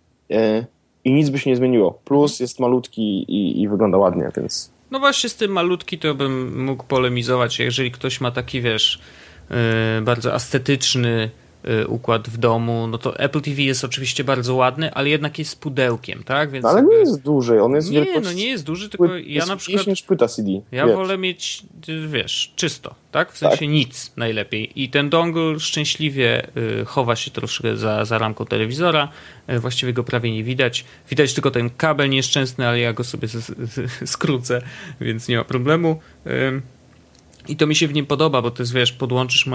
i nic by się nie zmieniło. Plus jest malutki i wygląda ładnie, więc... No właśnie z tym malutki to bym mógł polemizować, jeżeli ktoś ma taki, wiesz, bardzo estetyczny układ w domu, no to Apple TV jest oczywiście bardzo ładny, ale jednak jest pudełkiem, tak? Więc ale nie jest duży, on jest wielkości... Nie jest duży, tylko ja na przykład... niż płyta CD. Ja wolę mieć, wiesz, czysto, tak? W sensie nic najlepiej. I ten dongle szczęśliwie chowa się troszkę za ramką telewizora, właściwie go prawie nie widać. Widać tylko ten kabel nieszczęsny, ale ja go sobie skrócę, więc nie ma problemu. I to mi się w nim podoba, bo to jest, wiesz, podłączysz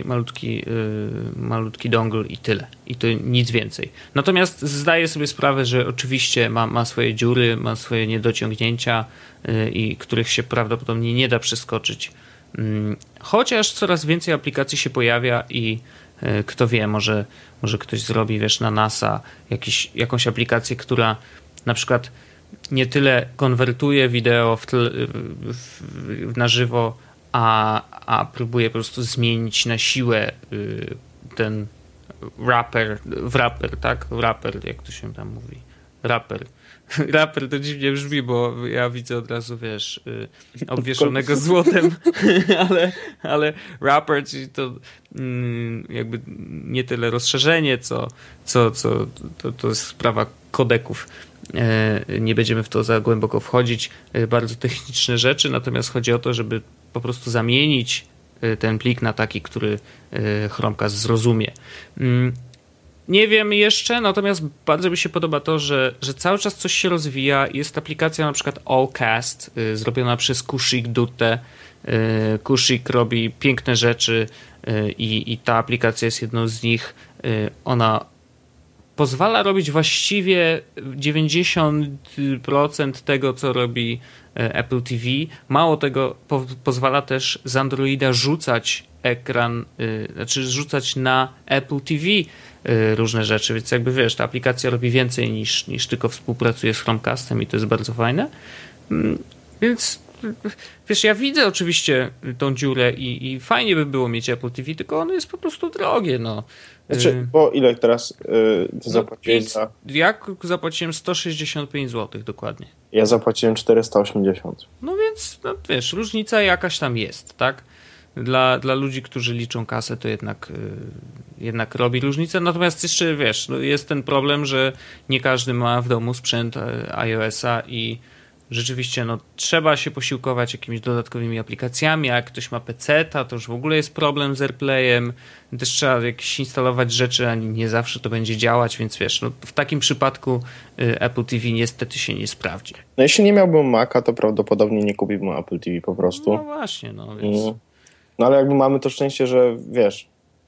malutki dongle i tyle. I to nic więcej. Natomiast zdaję sobie sprawę, że oczywiście ma swoje dziury, ma swoje niedociągnięcia i których się prawdopodobnie nie da przeskoczyć. Chociaż coraz więcej aplikacji się pojawia i kto wie, może ktoś zrobi, wiesz, na NASA jakąś aplikację, która na przykład nie tyle konwertuje wideo na żywo, a próbuje po prostu zmienić na siłę ten wrapper, tak? Wrapper, jak to się tam mówi? Raper to dziwnie brzmi, bo ja widzę od razu, wiesz, obwieszonego złotem, ale rapper, czyli to jakby nie tyle rozszerzenie, to jest sprawa kodeków. Nie będziemy w to za głęboko wchodzić, bardzo techniczne rzeczy, natomiast chodzi o to, żeby po prostu zamienić ten plik na taki, który Chromecast zrozumie. Nie wiem jeszcze, natomiast bardzo mi się podoba to, że cały czas coś się rozwija. Jest aplikacja na przykład Allcast, zrobiona przez Kushik Dutte. Kushik robi piękne rzeczy i ta aplikacja jest jedną z nich. Ona pozwala robić właściwie 90% tego, co robi Apple TV. Mało tego, pozwala też z Androida rzucać rzucać na Apple TV różne rzeczy, więc jakby wiesz, ta aplikacja robi więcej niż tylko współpracuje z Chromecastem i to jest bardzo fajne. Więc wiesz, ja widzę oczywiście tą dziurę i fajnie by było mieć Apple TV, tylko ono jest po prostu drogie, no. Znaczy, bo ile teraz zapłaciłeś za... Ja zapłaciłem 165 zł dokładnie. Ja zapłaciłem 480. No więc, no, wiesz, różnica jakaś tam jest, tak? Dla ludzi, którzy liczą kasę, to jednak robi różnicę. Natomiast jeszcze, wiesz, no jest ten problem, że nie każdy ma w domu sprzęt iOS-a i rzeczywiście no, trzeba się posiłkować jakimiś dodatkowymi aplikacjami, a jak ktoś ma PC-ta, to już w ogóle jest problem z AirPlayem, też trzeba jakieś instalować rzeczy, a nie zawsze to będzie działać, więc wiesz, no, w takim przypadku Apple TV niestety się nie sprawdzi. No jeśli nie miałbym Maca, to prawdopodobnie nie kupiłbym Apple TV po prostu. No właśnie, no więc... No ale jakby mamy to szczęście, że wiesz,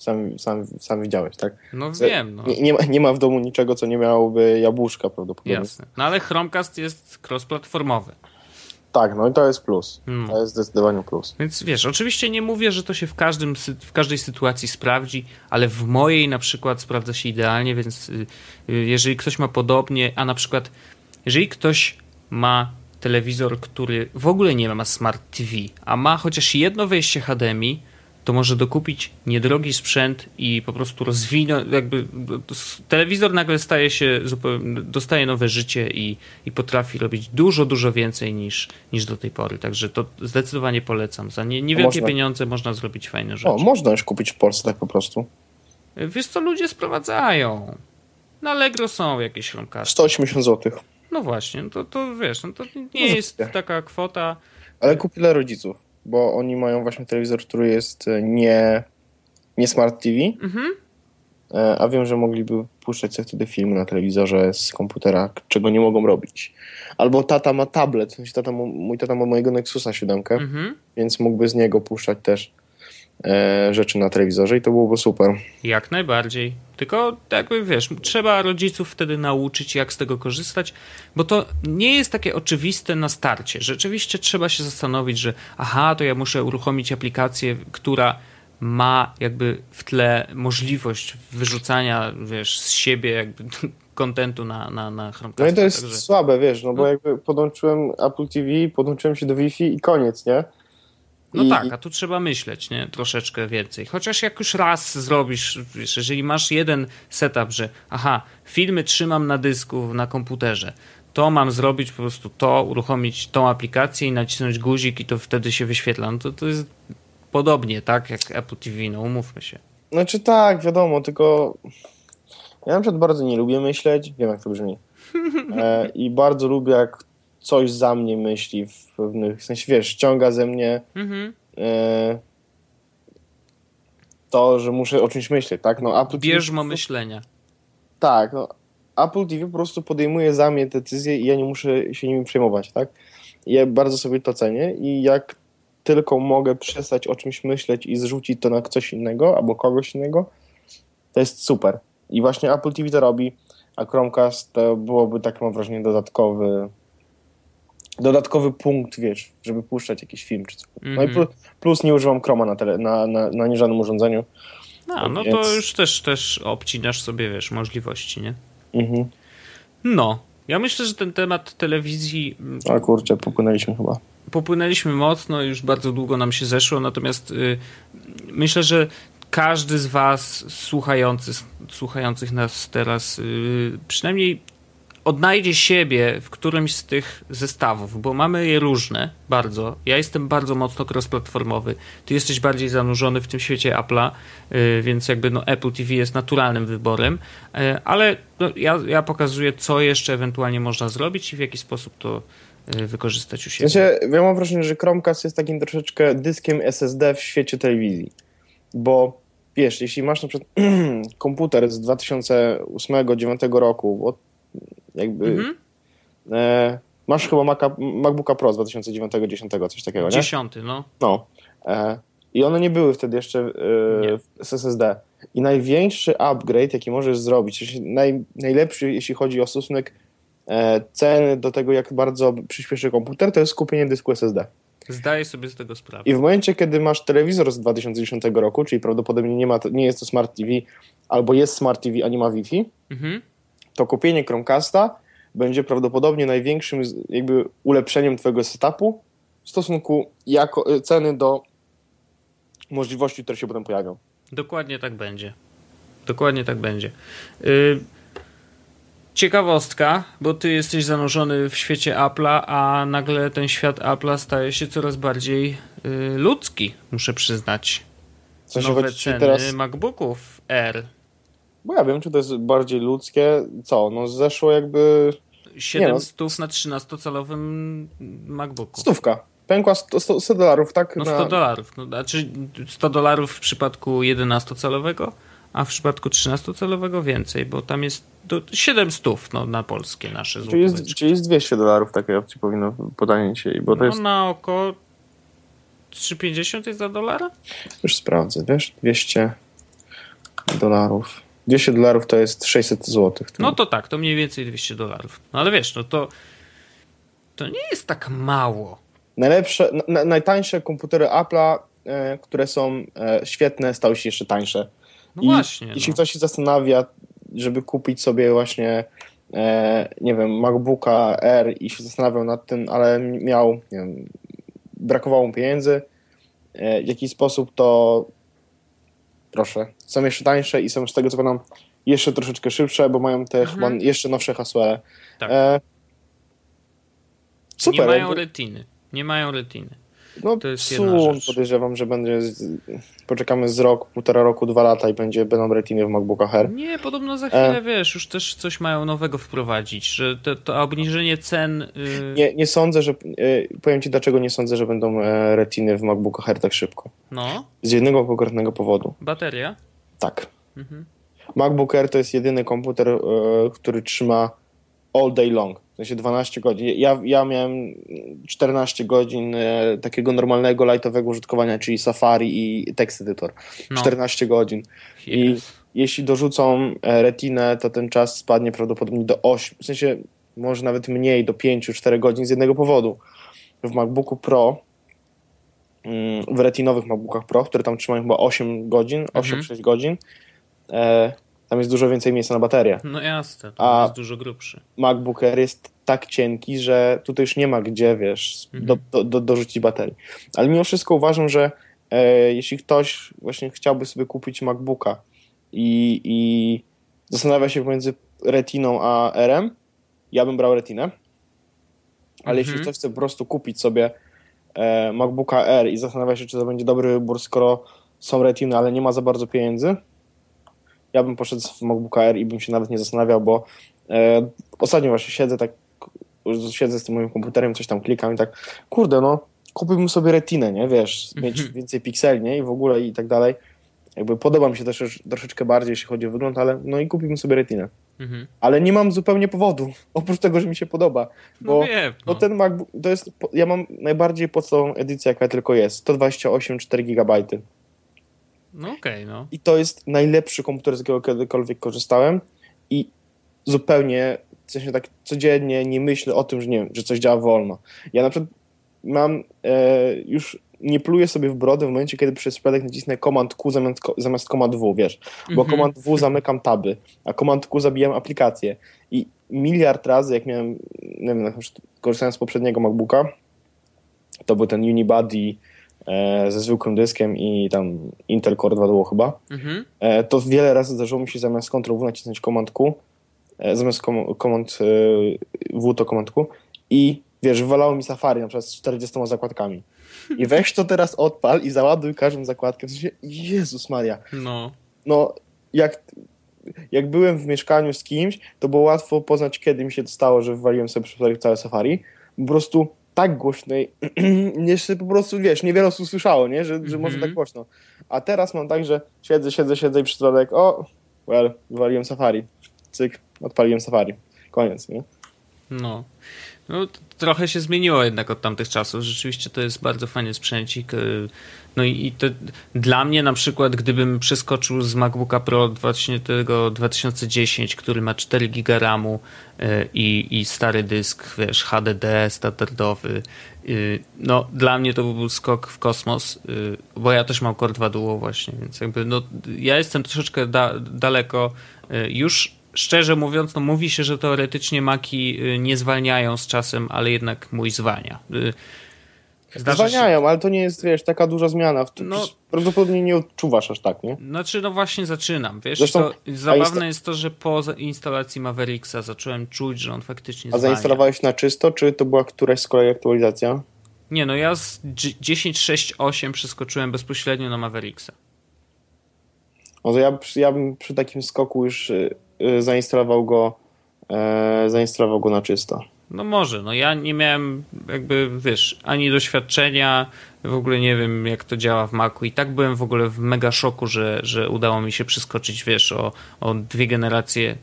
Sam widziałeś, tak? No wiem. No. Nie ma w domu niczego, co nie miałoby jabłuszka prawdopodobnie. Jasne. No ale Chromecast jest cross-platformowy. Tak, no i to jest plus. To jest zdecydowanie plus. Więc wiesz, oczywiście nie mówię, że to się w każdej sytuacji sprawdzi, ale w mojej na przykład sprawdza się idealnie, więc jeżeli ktoś ma podobnie, a na przykład jeżeli ktoś ma telewizor, który w ogóle nie ma Smart TV, a ma chociaż jedno wejście HDMI, to może dokupić niedrogi sprzęt i po prostu rozwinąć, jakby telewizor nagle dostaje nowe życie i potrafi robić dużo więcej niż do tej pory. Także to zdecydowanie polecam. Za niewielkie pieniądze można zrobić fajne rzeczy. Można już kupić w Polsce tak po prostu. Wiesz co, ludzie sprowadzają. Na Allegro są jakieś Chromecasty. 180 zł. No właśnie, to wiesz, to nie jest taka kwota. Ale kup dla rodziców, bo oni mają właśnie telewizor, który jest nie Smart TV, a wiem, że mogliby puszczać sobie wtedy filmy na telewizorze z komputera, czego nie mogą robić. Albo tata ma tablet, w sensie mój tata ma mojego Nexusa 7, więc mógłby z niego puszczać też rzeczy na telewizorze i to byłoby super. Jak najbardziej. Tylko jakby wiesz, trzeba rodziców wtedy nauczyć, jak z tego korzystać, bo to nie jest takie oczywiste na starcie. Rzeczywiście trzeba się zastanowić, że to ja muszę uruchomić aplikację, która ma jakby w tle możliwość wyrzucania, wiesz, z siebie jakby kontentu na Chromecasta. No i to jest słabe, wiesz, bo jakby podłączyłem Apple TV, podłączyłem się do Wi-Fi i koniec, nie? No tak, a tu trzeba myśleć, nie? Troszeczkę więcej. Chociaż jak już raz zrobisz, wiesz, jeżeli masz jeden setup, że filmy trzymam na dysku, na komputerze, to mam zrobić po prostu to, uruchomić tą aplikację i nacisnąć guzik i to wtedy się wyświetla. No to jest podobnie, tak? Jak Apple TV, no umówmy się. Znaczy tak, wiadomo, tylko ja na przykład bardzo nie lubię myśleć, wiem jak to brzmi, i bardzo lubię jak coś za mnie myśli w pewnych, w sensie wiesz, ściąga ze mnie to, że muszę o czymś myśleć, tak? No, bierzmo myślenia. Tak, no Apple TV po prostu podejmuje za mnie decyzje i ja nie muszę się nimi przejmować, tak? I ja bardzo sobie to cenię i jak tylko mogę przestać o czymś myśleć i zrzucić to na coś innego albo kogoś innego, to jest super. I właśnie Apple TV to robi, a Chromecast to byłoby, tak mam wrażenie, dodatkowy punkt, wiesz, żeby puszczać jakiś film czy coś. No i plus nie używam Chroma na żadnym urządzeniu. No więc... to już też obcinasz sobie, wiesz, możliwości, nie? No, ja myślę, że ten temat telewizji... A kurczę, popłynęliśmy chyba. Popłynęliśmy mocno, już bardzo długo nam się zeszło, natomiast myślę, że każdy z was słuchających nas teraz przynajmniej odnajdzie siebie w którymś z tych zestawów, bo mamy je różne bardzo. Ja jestem bardzo mocno cross-platformowy. Ty jesteś bardziej zanurzony w tym świecie Apple'a, więc jakby Apple TV jest naturalnym wyborem, ale ja pokazuję, co jeszcze ewentualnie można zrobić i w jaki sposób to wykorzystać u siebie. Ja mam wrażenie, że Chromecast jest takim troszeczkę dyskiem SSD w świecie telewizji, bo wiesz, jeśli masz na przykład komputer z 2008-2009 roku, bo jakby masz chyba MacBooka Pro z 2009-2010, coś takiego, nie? 10, no. I one nie były wtedy jeszcze z SSD. I największy upgrade, jaki możesz zrobić, najlepszy, jeśli chodzi o stosunek ceny do tego, jak bardzo przyspieszy komputer, to jest kupienie dysku SSD. Zdaję sobie z tego sprawę. I w momencie, kiedy masz telewizor z 2010 roku, czyli prawdopodobnie nie jest to Smart TV, albo jest Smart TV, a nie ma Wi-Fi, to kupienie Chromecasta będzie prawdopodobnie największym jakby ulepszeniem twojego setupu w stosunku ceny do możliwości, które się potem pojawią. Dokładnie tak będzie. Dokładnie tak będzie. Ciekawostka, bo ty jesteś zanurzony w świecie Apple'a, a nagle ten świat Apple'a staje się coraz bardziej ludzki, muszę przyznać. Nowe ceny teraz... MacBooków Air. Bo ja wiem, czy to jest bardziej ludzkie. Zeszło jakby... 700 na 13-calowym MacBooku. 100. Pękła $100, tak? $100. Znaczy $100 w przypadku 11-calowego, a w przypadku 13-calowego więcej, bo tam jest 700 na polskie nasze złotóweczki. Czyli jest $200 takiej opcji powinno podanie dzisiaj, bo to jest... na około 3,50 jest za dolara? Już sprawdzę, wiesz? 200... dolarów. $200 to jest 600 zł. No to tak, to mniej więcej $200. No ale wiesz, no to nie jest tak mało. Najtańsze komputery Apple'a, które są świetne, stały się jeszcze tańsze. No właśnie. Jeśli ktoś się zastanawia, żeby kupić sobie właśnie nie wiem, MacBooka Air i się zastanawiał nad tym, ale miał, nie wiem, brakowało mu pieniędzy, w jakiś sposób, to proszę, są jeszcze tańsze i są z tego co pamiętam jeszcze troszeczkę szybsze, bo mają te chyba jeszcze nowsze hasła. Tak. Super. Nie mają retiny. No to jest jedna rzecz. Podejrzewam, że poczekamy z rok, 1,5 roku, 2 lata i będą retiny w MacBookach Air. Nie, podobno za chwilę, wiesz, już też coś mają nowego wprowadzić, że to obniżenie cen... Nie sądzę, że... powiem ci, dlaczego nie sądzę, że będą retiny w MacBookach Air tak szybko. No? Z jednego konkretnego powodu. Bateria? Tak. MacBook Air to jest jedyny komputer, który trzyma all day long. W sensie 12 godzin. Ja miałem 14 godzin takiego normalnego, lightowego użytkowania, czyli Safari i Text Editor. 14 godzin. I jeśli dorzucą retinę, to ten czas spadnie prawdopodobnie do 8, w sensie może nawet mniej, do 5-4 godzin z jednego powodu. W MacBooku Pro, w retinowych MacBookach Pro, które tam trzymają chyba 8 godzin, 8-6 godzin, tam jest dużo więcej miejsca na baterię. No jasne, to jest dużo grubszy. MacBook Air jest tak cienki, że tutaj już nie ma gdzie, wiesz, dorzucić baterii. Ale mimo wszystko uważam, że jeśli ktoś właśnie chciałby sobie kupić MacBooka i zastanawia się pomiędzy retiną a R-em, ja bym brał retinę. Ale jeśli ktoś chce po prostu kupić sobie MacBooka Air i zastanawia się, czy to będzie dobry wybór, skoro są retiny, ale nie ma za bardzo pieniędzy, ja bym poszedł w MacBooka Air i bym się nawet nie zastanawiał, bo ostatnio właśnie siedzę z tym moim komputerem, coś tam klikam i tak, kurde, no, kupiłbym sobie retinę, nie, wiesz, mieć więcej pikseli, nie, i w ogóle i tak dalej. Jakby podoba mi się też troszeczkę bardziej, jeśli chodzi o wygląd, ale no i kupiłbym sobie retinę. Ale nie mam zupełnie powodu, oprócz tego, że mi się podoba, bo ten MacBook, to jest, ja mam najbardziej podstawową edycję, jaka tylko jest, 128 4 GB. No okej, no. I to jest najlepszy komputer, z jakiego kiedykolwiek korzystałem i zupełnie, w sensie tak codziennie nie myślę o tym, że nie wiem, że coś działa wolno. Ja na przykład już nie pluję sobie w brodę w momencie, kiedy przez przypadek nacisnę Command Q zamiast Command W, wiesz, bo Command W zamykam taby, a Command Q zabijam aplikację. I miliard razy, jak miałem, nie wiem, korzystając z poprzedniego MacBooka, to był ten Unibody ze zwykłym dyskiem i tam Intel Core 2 Duo chyba, to wiele razy zdarzyło mi się zamiast Ctrl W nacisnąć Command Q, zamiast Command W to Command Q i wiesz, wywalało mi Safari na przykład z 40 zakładkami. I weź to teraz odpal i załaduj każdą zakładkę. W sensie, Jezus Maria. No jak byłem w mieszkaniu z kimś, to było łatwo poznać, kiedy mi się to stało, że wywaliłem sobie przez całe Safari. Po prostu tak głośnej, jeszcze po prostu, wiesz, niewiele osób słyszało, nie? Że może tak głośno. A teraz mam tak, że siedzę i przypadek, wywaliłem Safari. Cyk, odpaliłem Safari. Koniec, nie? No, trochę się zmieniło jednak od tamtych czasów. Rzeczywiście to jest bardzo fajny sprzęcik. No i to dla mnie na przykład, gdybym przeskoczył z MacBooka Pro 2010, który ma 4 GB RAMu i stary dysk, wiesz, HDD standardowy, no dla mnie to był skok w kosmos, bo ja też mam Core 2 Duo właśnie, więc jakby no ja jestem troszeczkę daleko już. Szczerze mówiąc, no mówi się, że teoretycznie Maki nie zwalniają z czasem, ale jednak mój zwalnia. Zwalniają, ale to nie jest, wiesz, taka duża zmiana. Prawdopodobnie nie odczuwasz aż tak, nie? Znaczy, no właśnie zaczynam, wiesz. Zresztą, zabawne jest to, że po instalacji Mavericksa zacząłem czuć, że on faktycznie zwalnia. A zainstalowałeś na czysto, czy to była któraś z kolei aktualizacja? Nie, no ja z 10.6.8 przeskoczyłem bezpośrednio na Mavericksa. No to ja bym przy takim skoku już zainstalował go na czysto. No może, no ja nie miałem jakby, wiesz, ani doświadczenia, w ogóle nie wiem jak to działa w Macu i tak byłem w ogóle w mega szoku, że udało mi się przeskoczyć, wiesz, o 2 generacje,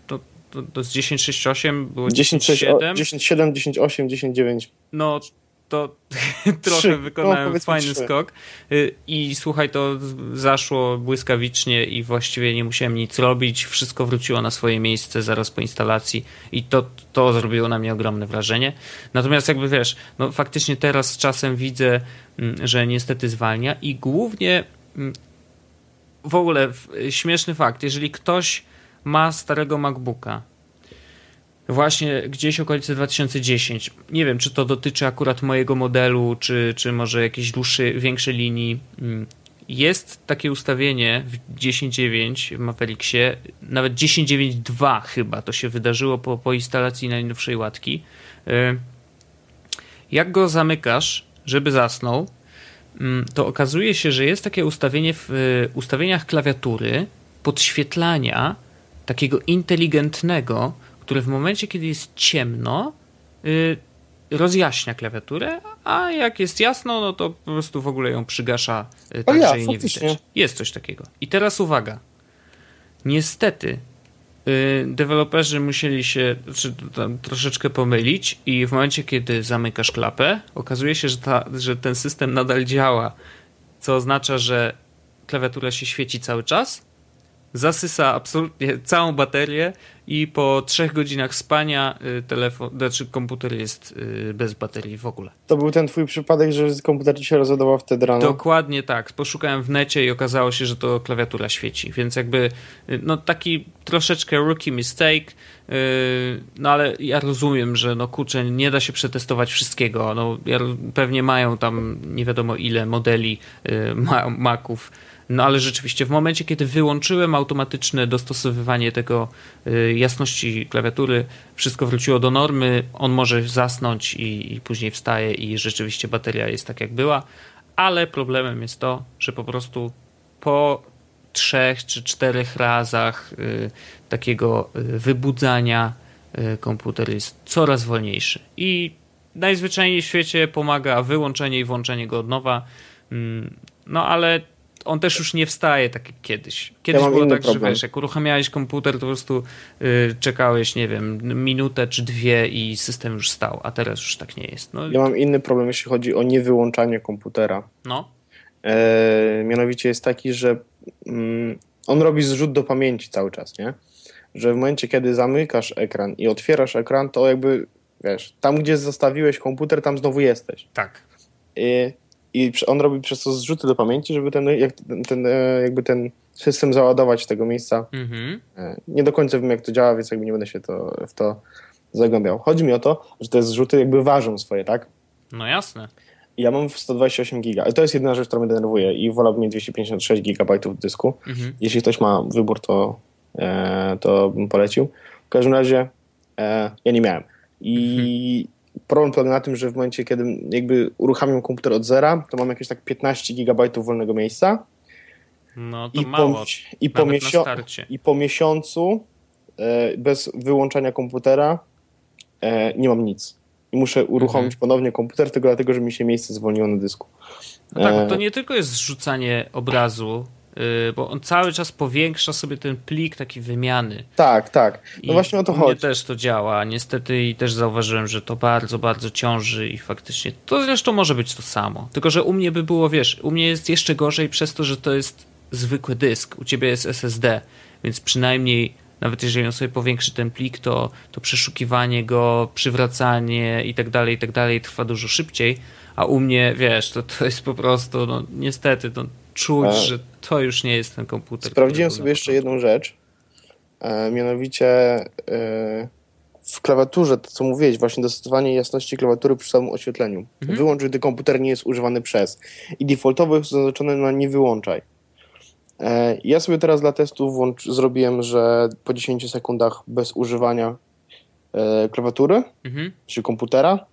to z 10.6.8 było 10.7. 10.7, 10.8, 10.9. No to trochę wykonałem fajny 3. skok i słuchaj, to zaszło błyskawicznie i właściwie nie musiałem nic robić, wszystko wróciło na swoje miejsce zaraz po instalacji i to zrobiło na mnie ogromne wrażenie. Natomiast jakby wiesz, no faktycznie teraz z czasem widzę, że niestety zwalnia i głównie w ogóle śmieszny fakt, jeżeli ktoś ma starego MacBooka, właśnie gdzieś okolice 2010. Nie wiem, czy to dotyczy akurat mojego modelu, czy może jakiejś dłuższej, większej linii. Jest takie ustawienie w 10.9 w Maverickie, nawet 10.9.2 chyba to się wydarzyło po instalacji najnowszej łatki. Jak go zamykasz, żeby zasnął, to okazuje się, że jest takie ustawienie w ustawieniach klawiatury podświetlania takiego inteligentnego, które w momencie, kiedy jest ciemno, rozjaśnia klawiaturę, a jak jest jasno, no to po prostu w ogóle ją przygasza tak, że jej nie widać. Jest coś takiego. I teraz uwaga. Niestety deweloperzy musieli się troszeczkę pomylić i w momencie, kiedy zamykasz klapę, okazuje się, że ten system nadal działa, co oznacza, że klawiatura się świeci cały czas, zasysa absolutnie całą baterię i po 3 godzinach spania komputer jest bez baterii w ogóle. To był ten twój przypadek, że komputer ci się rozładował wtedy rano? Dokładnie tak. Poszukałem w necie i okazało się, że to klawiatura świeci, więc jakby no taki troszeczkę rookie mistake, no ale ja rozumiem, że no kurczę, nie da się przetestować wszystkiego. No, pewnie mają tam nie wiadomo ile modeli Maców. No ale rzeczywiście w momencie, kiedy wyłączyłem automatyczne dostosowywanie tego jasności klawiatury, wszystko wróciło do normy, on może zasnąć i później wstaje i rzeczywiście bateria jest tak jak była, ale problemem jest to, że po prostu po 3 czy 4 razach takiego wybudzania komputer jest coraz wolniejszy i najzwyczajniej w świecie pomaga wyłączenie i włączenie go od nowa, no ale on też już nie wstaje tak jak kiedyś. Kiedyś było tak, że wiesz, jak uruchamiałeś komputer, to po prostu czekałeś, nie wiem, minutę czy 2 i system już stał, a teraz już tak nie jest. No. Ja mam inny problem, jeśli chodzi o niewyłączanie komputera. No. Mianowicie jest taki, że on robi zrzut do pamięci cały czas, nie? Że w momencie, kiedy zamykasz ekran i otwierasz ekran, to jakby, wiesz, tam gdzie zostawiłeś komputer, tam znowu jesteś. Tak. I on robi przez to zrzuty do pamięci, żeby ten system załadować tego miejsca. Mhm. Nie do końca wiem, jak to działa, więc jakby nie będę się w to zagłębiał. Chodzi mi o to, że te zrzuty jakby ważą swoje, tak? No jasne. Ja mam 128 giga, ale to jest jedyna rzecz, która mnie denerwuje i wolałbym mieć 256 gigabajtów dysku. Mhm. Jeśli ktoś ma wybór, to bym polecił. W każdym razie ja nie miałem. I problem polega na tym, że w momencie, kiedy jakby uruchamiam komputer od zera, to mam jakieś tak 15 gigabajtów wolnego miejsca. No to mało. I po miesiącu bez wyłączania komputera nie mam nic. I muszę uruchomić ponownie komputer tylko dlatego, że mi się miejsce zwolniło na dysku. No tak, bo to nie tylko jest zrzucanie obrazu, bo on cały czas powiększa sobie ten plik taki wymiany. Tak. No właśnie o to chodzi. U mnie też to działa, niestety, i też zauważyłem, że to bardzo, bardzo ciąży i faktycznie to zresztą może być to samo. Tylko, że u mnie by było, wiesz, u mnie jest jeszcze gorzej przez to, że to jest zwykły dysk, u ciebie jest SSD, więc przynajmniej nawet jeżeli on sobie powiększy ten plik, to przeszukiwanie go, przywracanie i tak dalej trwa dużo szybciej, a u mnie, wiesz, to jest po prostu, no niestety, no, czuć, że to już nie jest ten komputer. Sprawdziłem sobie jeszcze jedną rzecz, mianowicie w klawiaturze, to co mówiłeś, właśnie dostosowanie jasności klawiatury przy samym oświetleniu. Wyłącz, gdy komputer nie jest używany przez. I defaultowo jest zaznaczone na nie wyłączaj. Ja sobie teraz dla testu zrobiłem, że po 10 sekundach bez używania klawiatury, czy komputera,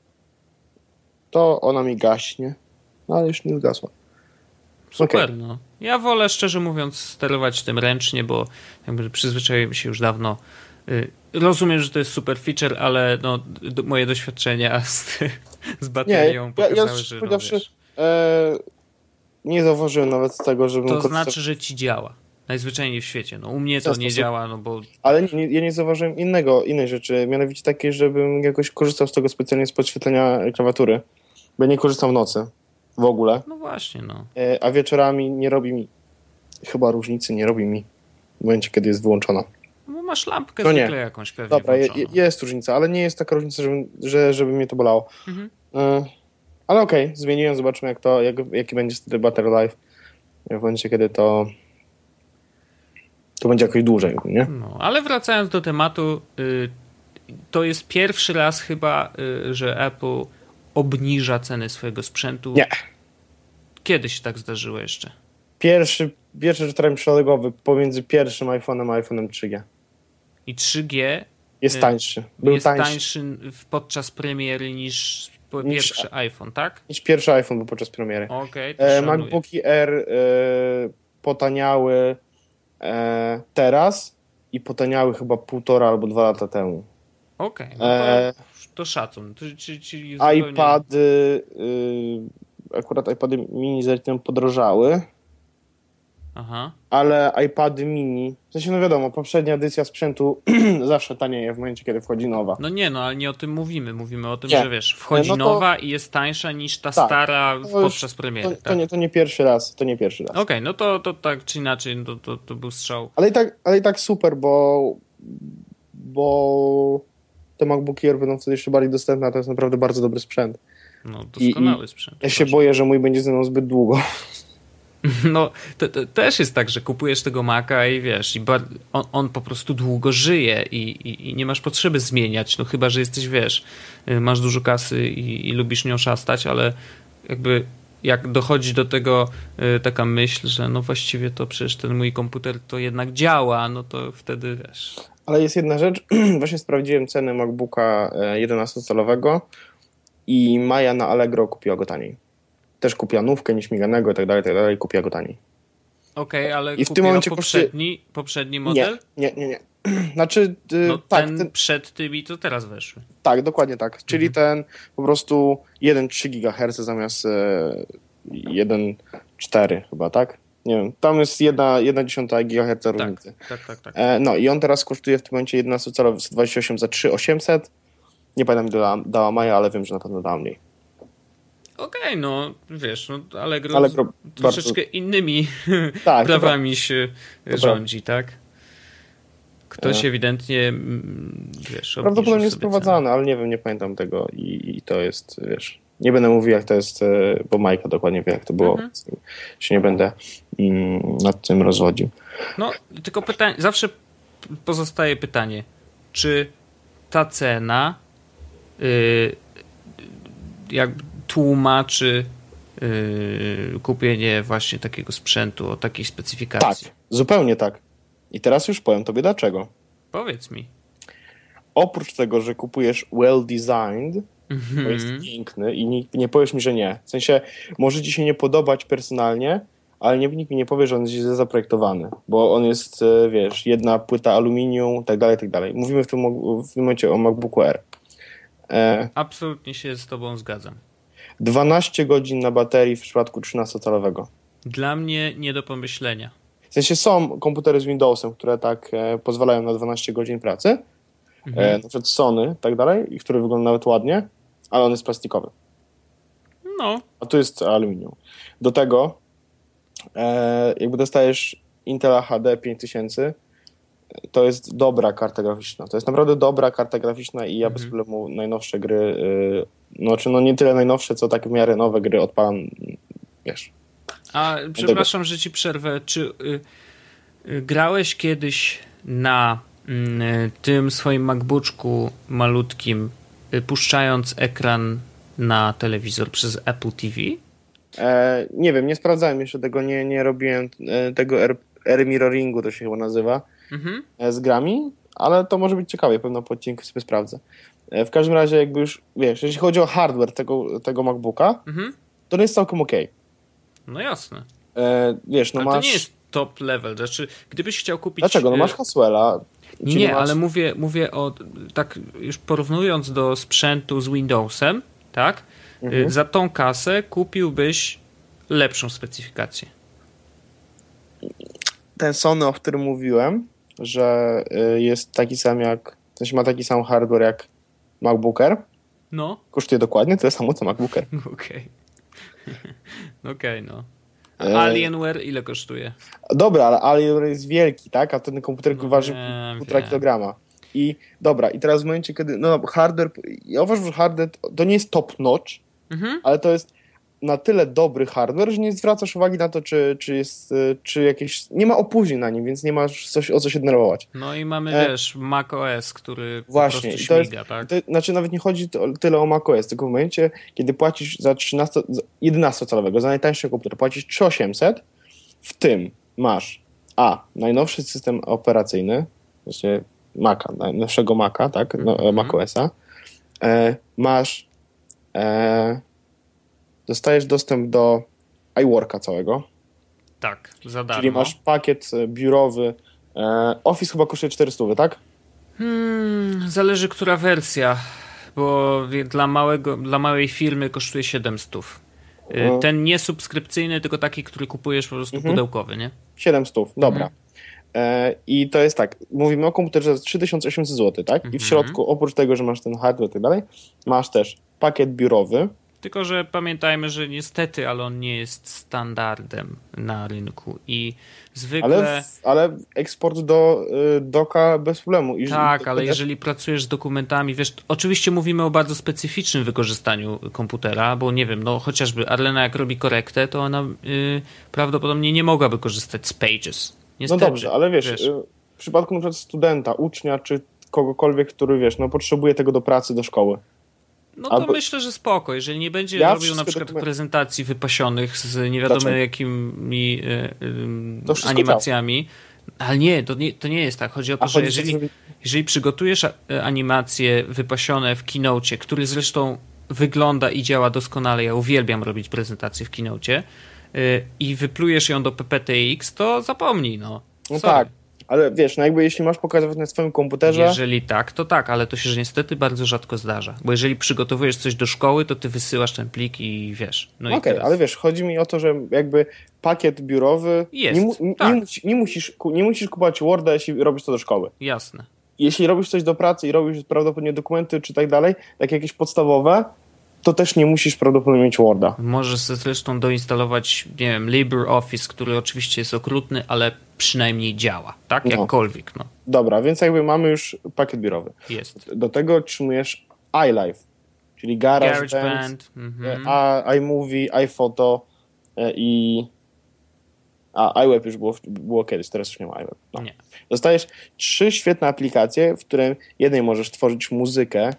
to ona mi gaśnie, no ale już nie zgasła. Super, okay. No. Ja wolę, szczerze mówiąc, sterować tym ręcznie, bo jakby przyzwyczaiłem się już dawno. Rozumiem, że to jest super feature, ale no, moje doświadczenia z baterią pokazały, że no, wiesz. Nie zauważyłem nawet tego, żebym... To znaczy, że ci działa. Najzwyczajniej w świecie. No, u mnie to nie działa, no bo... Ale ja nie zauważyłem innej rzeczy, mianowicie takiej, żebym jakoś korzystał z tego specjalnie z podświetlenia klawiatury. bo ja nie korzystam w nocy w ogóle. No właśnie, no. A wieczorami nie robi mi, chyba różnicy nie robi mi w momencie, kiedy jest wyłączona. No masz lampkę No nie. zwykle jakąś pewnie Dobra, włączoną. jest różnica, ale nie jest taka różnica, żeby mnie to bolało. Ale okej, zmieniłem, zobaczymy jaki będzie wtedy battery life w momencie, kiedy to będzie jakoś dłużej, nie? No, ale wracając do tematu, to jest pierwszy raz chyba, że Apple obniża ceny swojego sprzętu. Nie. Kiedy się tak zdarzyło jeszcze? Pierwszy trim szeregowy pomiędzy pierwszym iPhone'em a iPhone'em 3G. I 3G jest tańszy. Był jest tańszy podczas premiery niż pierwszy iPhone, tak? Niż pierwszy iPhone był podczas premiery. Okej, MacBooki Air potaniały teraz i potaniały chyba 1,5 albo 2 lata temu. Okej, no to szacun. Czyli zupełnie... iPady, akurat iPady mini zatem podrożały. Aha. Ale iPady mini, w sensie no wiadomo, poprzednia edycja sprzętu zawsze tanieje w momencie, kiedy wchodzi nowa. No nie, no ale nie o tym mówimy. Mówimy o tym, że wiesz, wchodzi nowa i jest tańsza niż ta stara podczas premiery. To nie pierwszy raz. Okej, no to tak czy inaczej, to był strzał. Ale i tak super, bo te MacBooki Air będą wtedy jeszcze bardziej dostępne, a to jest naprawdę bardzo dobry sprzęt. No, doskonały sprzęt. Ja się boję, że mój będzie ze mną zbyt długo. No, to też jest tak, że kupujesz tego Maca i wiesz, on po prostu długo żyje i nie masz potrzeby zmieniać, no chyba, że jesteś, wiesz, masz dużo kasy i lubisz nią szastać, ale jakby jak dochodzi do tego taka myśl, że no właściwie to przecież ten mój komputer to jednak działa, no to wtedy wiesz. Ale jest jedna rzecz, właśnie sprawdziłem cenę MacBooka 11-calowego i Maja na Allegro kupiła go taniej. Też kupiła nówkę, nieśmiganego i tak dalej, kupiła go taniej. Okej, ale i w tym momencie poprzedni model? Nie. Znaczy, no tak. Ten przed tymi to teraz weszły. Tak, dokładnie tak. Czyli ten po prostu 1,3 GHz zamiast 1,4 chyba, tak? Nie wiem, tam jest 1,1 GHz różnicy. Tak. No i on teraz kosztuje w tym momencie 11-calowy 128 za 3,800. Nie pamiętam, ile dała Maja, ale wiem, że na pewno dała mniej. Okej, no wiesz, no Allegro troszeczkę innymi prawami się rządzi, tak? Ktoś ewidentnie, wiesz, prawdopodobnie jest sprowadzany, ale nie wiem, nie pamiętam tego i to jest, wiesz, nie będę mówił, jak to jest, bo Majka dokładnie wie, jak to było, się nie będę nad tym rozwodził. No, tylko pytanie, zawsze pozostaje pytanie, czy ta cena jakby tłumaczy kupienie właśnie takiego sprzętu o takiej specyfikacji. Tak, zupełnie tak. I teraz już powiem tobie dlaczego. Powiedz mi. Oprócz tego, że kupujesz well-designed, to jest piękny i nie powiesz mi, że nie. W sensie, może ci się nie podobać personalnie, ale nikt mi nie powie, że on jest źle zaprojektowany, bo on jest, wiesz, jedna płyta aluminium, tak dalej. Mówimy w tym momencie o MacBooku Air. Absolutnie się z tobą zgadzam. 12 godzin na baterii w przypadku 13-calowego. Dla mnie nie do pomyślenia. W sensie są komputery z Windowsem, które tak pozwalają na 12 godzin pracy. Na przykład Sony, tak dalej, i który wygląda nawet ładnie, ale on jest plastikowy. No. A tu jest aluminium. Do tego jakby dostajesz Intela HD 5000, to jest dobra karta graficzna. To jest naprawdę dobra karta graficzna i ja bez problemu najnowsze gry, no nie tyle najnowsze, co takie w miarę nowe gry odpalam, wiesz. A przepraszam, że ci przerwę. Czy grałeś kiedyś na tym swoim MacBooku malutkim, puszczając ekran na telewizor przez Apple TV? Nie wiem, nie sprawdzałem jeszcze tego, nie robiłem tego air mirroringu, to się chyba nazywa, z grami, ale to może być ciekawe, pewno po odcinku sobie sprawdzę. W każdym razie jakby już, wiesz, jeśli chodzi o hardware tego MacBooka, to jest całkiem okej. No jasne. Wiesz, no ale masz... to nie jest top level, znaczy gdybyś chciał kupić... Dlaczego? No masz Haswella. Nie, masz... ale mówię o, tak już porównując do sprzętu z Windowsem, tak? Za tą kasę kupiłbyś lepszą specyfikację. Ten Sony, o którym mówiłem, że jest taki sam jak, w sensie ma taki sam hardware jak MacBook Air, No. Kosztuje dokładnie tyle samo, co MacBook Air. Okej. Okej, no. A Alienware ile kosztuje? Dobra, ale Alienware jest wielki, tak? A ten komputer waży 1,5 kilograma. I dobra, i teraz w momencie, kiedy hardware, ja uważam, że hardware to nie jest top notch, ale to jest na tyle dobry hardware, że nie zwracasz uwagi na to, czy jakieś, nie ma opóźnień na nim, więc nie masz o co się denerwować. No i mamy, wiesz, macOS, który właśnie, po prostu śmiga, tak? Znaczy nawet nie chodzi tyle o macOS, tylko w momencie, kiedy płacisz za 11-calowego, za najtańszy komputer, płacisz 3800, w tym masz najnowszy system operacyjny, właśnie Maca, najnowszego Maca, tak, macOS-a, masz dostajesz dostęp do iWorka całego. Tak, za darmo. Czyli masz pakiet biurowy. Office chyba kosztuje 400, tak? Zależy która wersja, bo dla małej firmy kosztuje 700. Ten nie subskrypcyjny, tylko taki, który kupujesz po prostu pudełkowy, nie? 700, dobra. I to jest tak, mówimy o komputerze za 3800 zł, tak? I w środku, oprócz tego, że masz ten hardware i tak dalej, masz też pakiet biurowy. Tylko że pamiętajmy, że niestety, ale on nie jest standardem na rynku i zwykle... Ale eksport do doka bez problemu. Tak, ale jeżeli pracujesz z dokumentami, wiesz, oczywiście mówimy o bardzo specyficznym wykorzystaniu komputera, bo nie wiem, no chociażby Arlena jak robi korektę, to ona prawdopodobnie nie mogłaby korzystać z Pages. Niestety, no dobrze, ale wiesz, w przypadku na przykład studenta, ucznia, czy kogokolwiek, który wiesz, potrzebuje tego do pracy, do szkoły. No to myślę, że spoko. Jeżeli nie będzie robił na przykład prezentacji wypasionych z nie wiadomo jakimi animacjami, ale to nie jest tak. Chodzi o to, że jeżeli przygotujesz animacje wypasione w Keynote, który zresztą wygląda i działa doskonale, ja uwielbiam robić prezentacje w Keynote, i wyplujesz ją do PPTX, to zapomnij, No tak. Ale wiesz, jakby jeśli masz pokazywać na swoim komputerze... Jeżeli tak, to tak, ale to się niestety bardzo rzadko zdarza. Bo jeżeli przygotowujesz coś do szkoły, to ty wysyłasz ten plik i wiesz. No okej, ale wiesz, chodzi mi o to, że jakby pakiet biurowy... Jest, nie musisz kupować Worda, jeśli robisz to do szkoły. Jasne. Jeśli robisz coś do pracy i robisz prawdopodobnie dokumenty czy tak dalej, tak jakieś podstawowe, to też nie musisz prawdopodobnie mieć Worda. Możesz zresztą doinstalować, nie wiem, LibreOffice, który oczywiście jest okrutny, ale przynajmniej działa, tak? Jakkolwiek, no. Dobra, więc jakby mamy już pakiet biurowy. Jest. Do tego otrzymujesz iLife, czyli GarageBand, iMovie, iPhoto i... iWeb już było kiedyś, teraz już nie ma iWeb. No. Nie. Dostajesz 3 świetne aplikacje, w którym jednej możesz tworzyć muzykę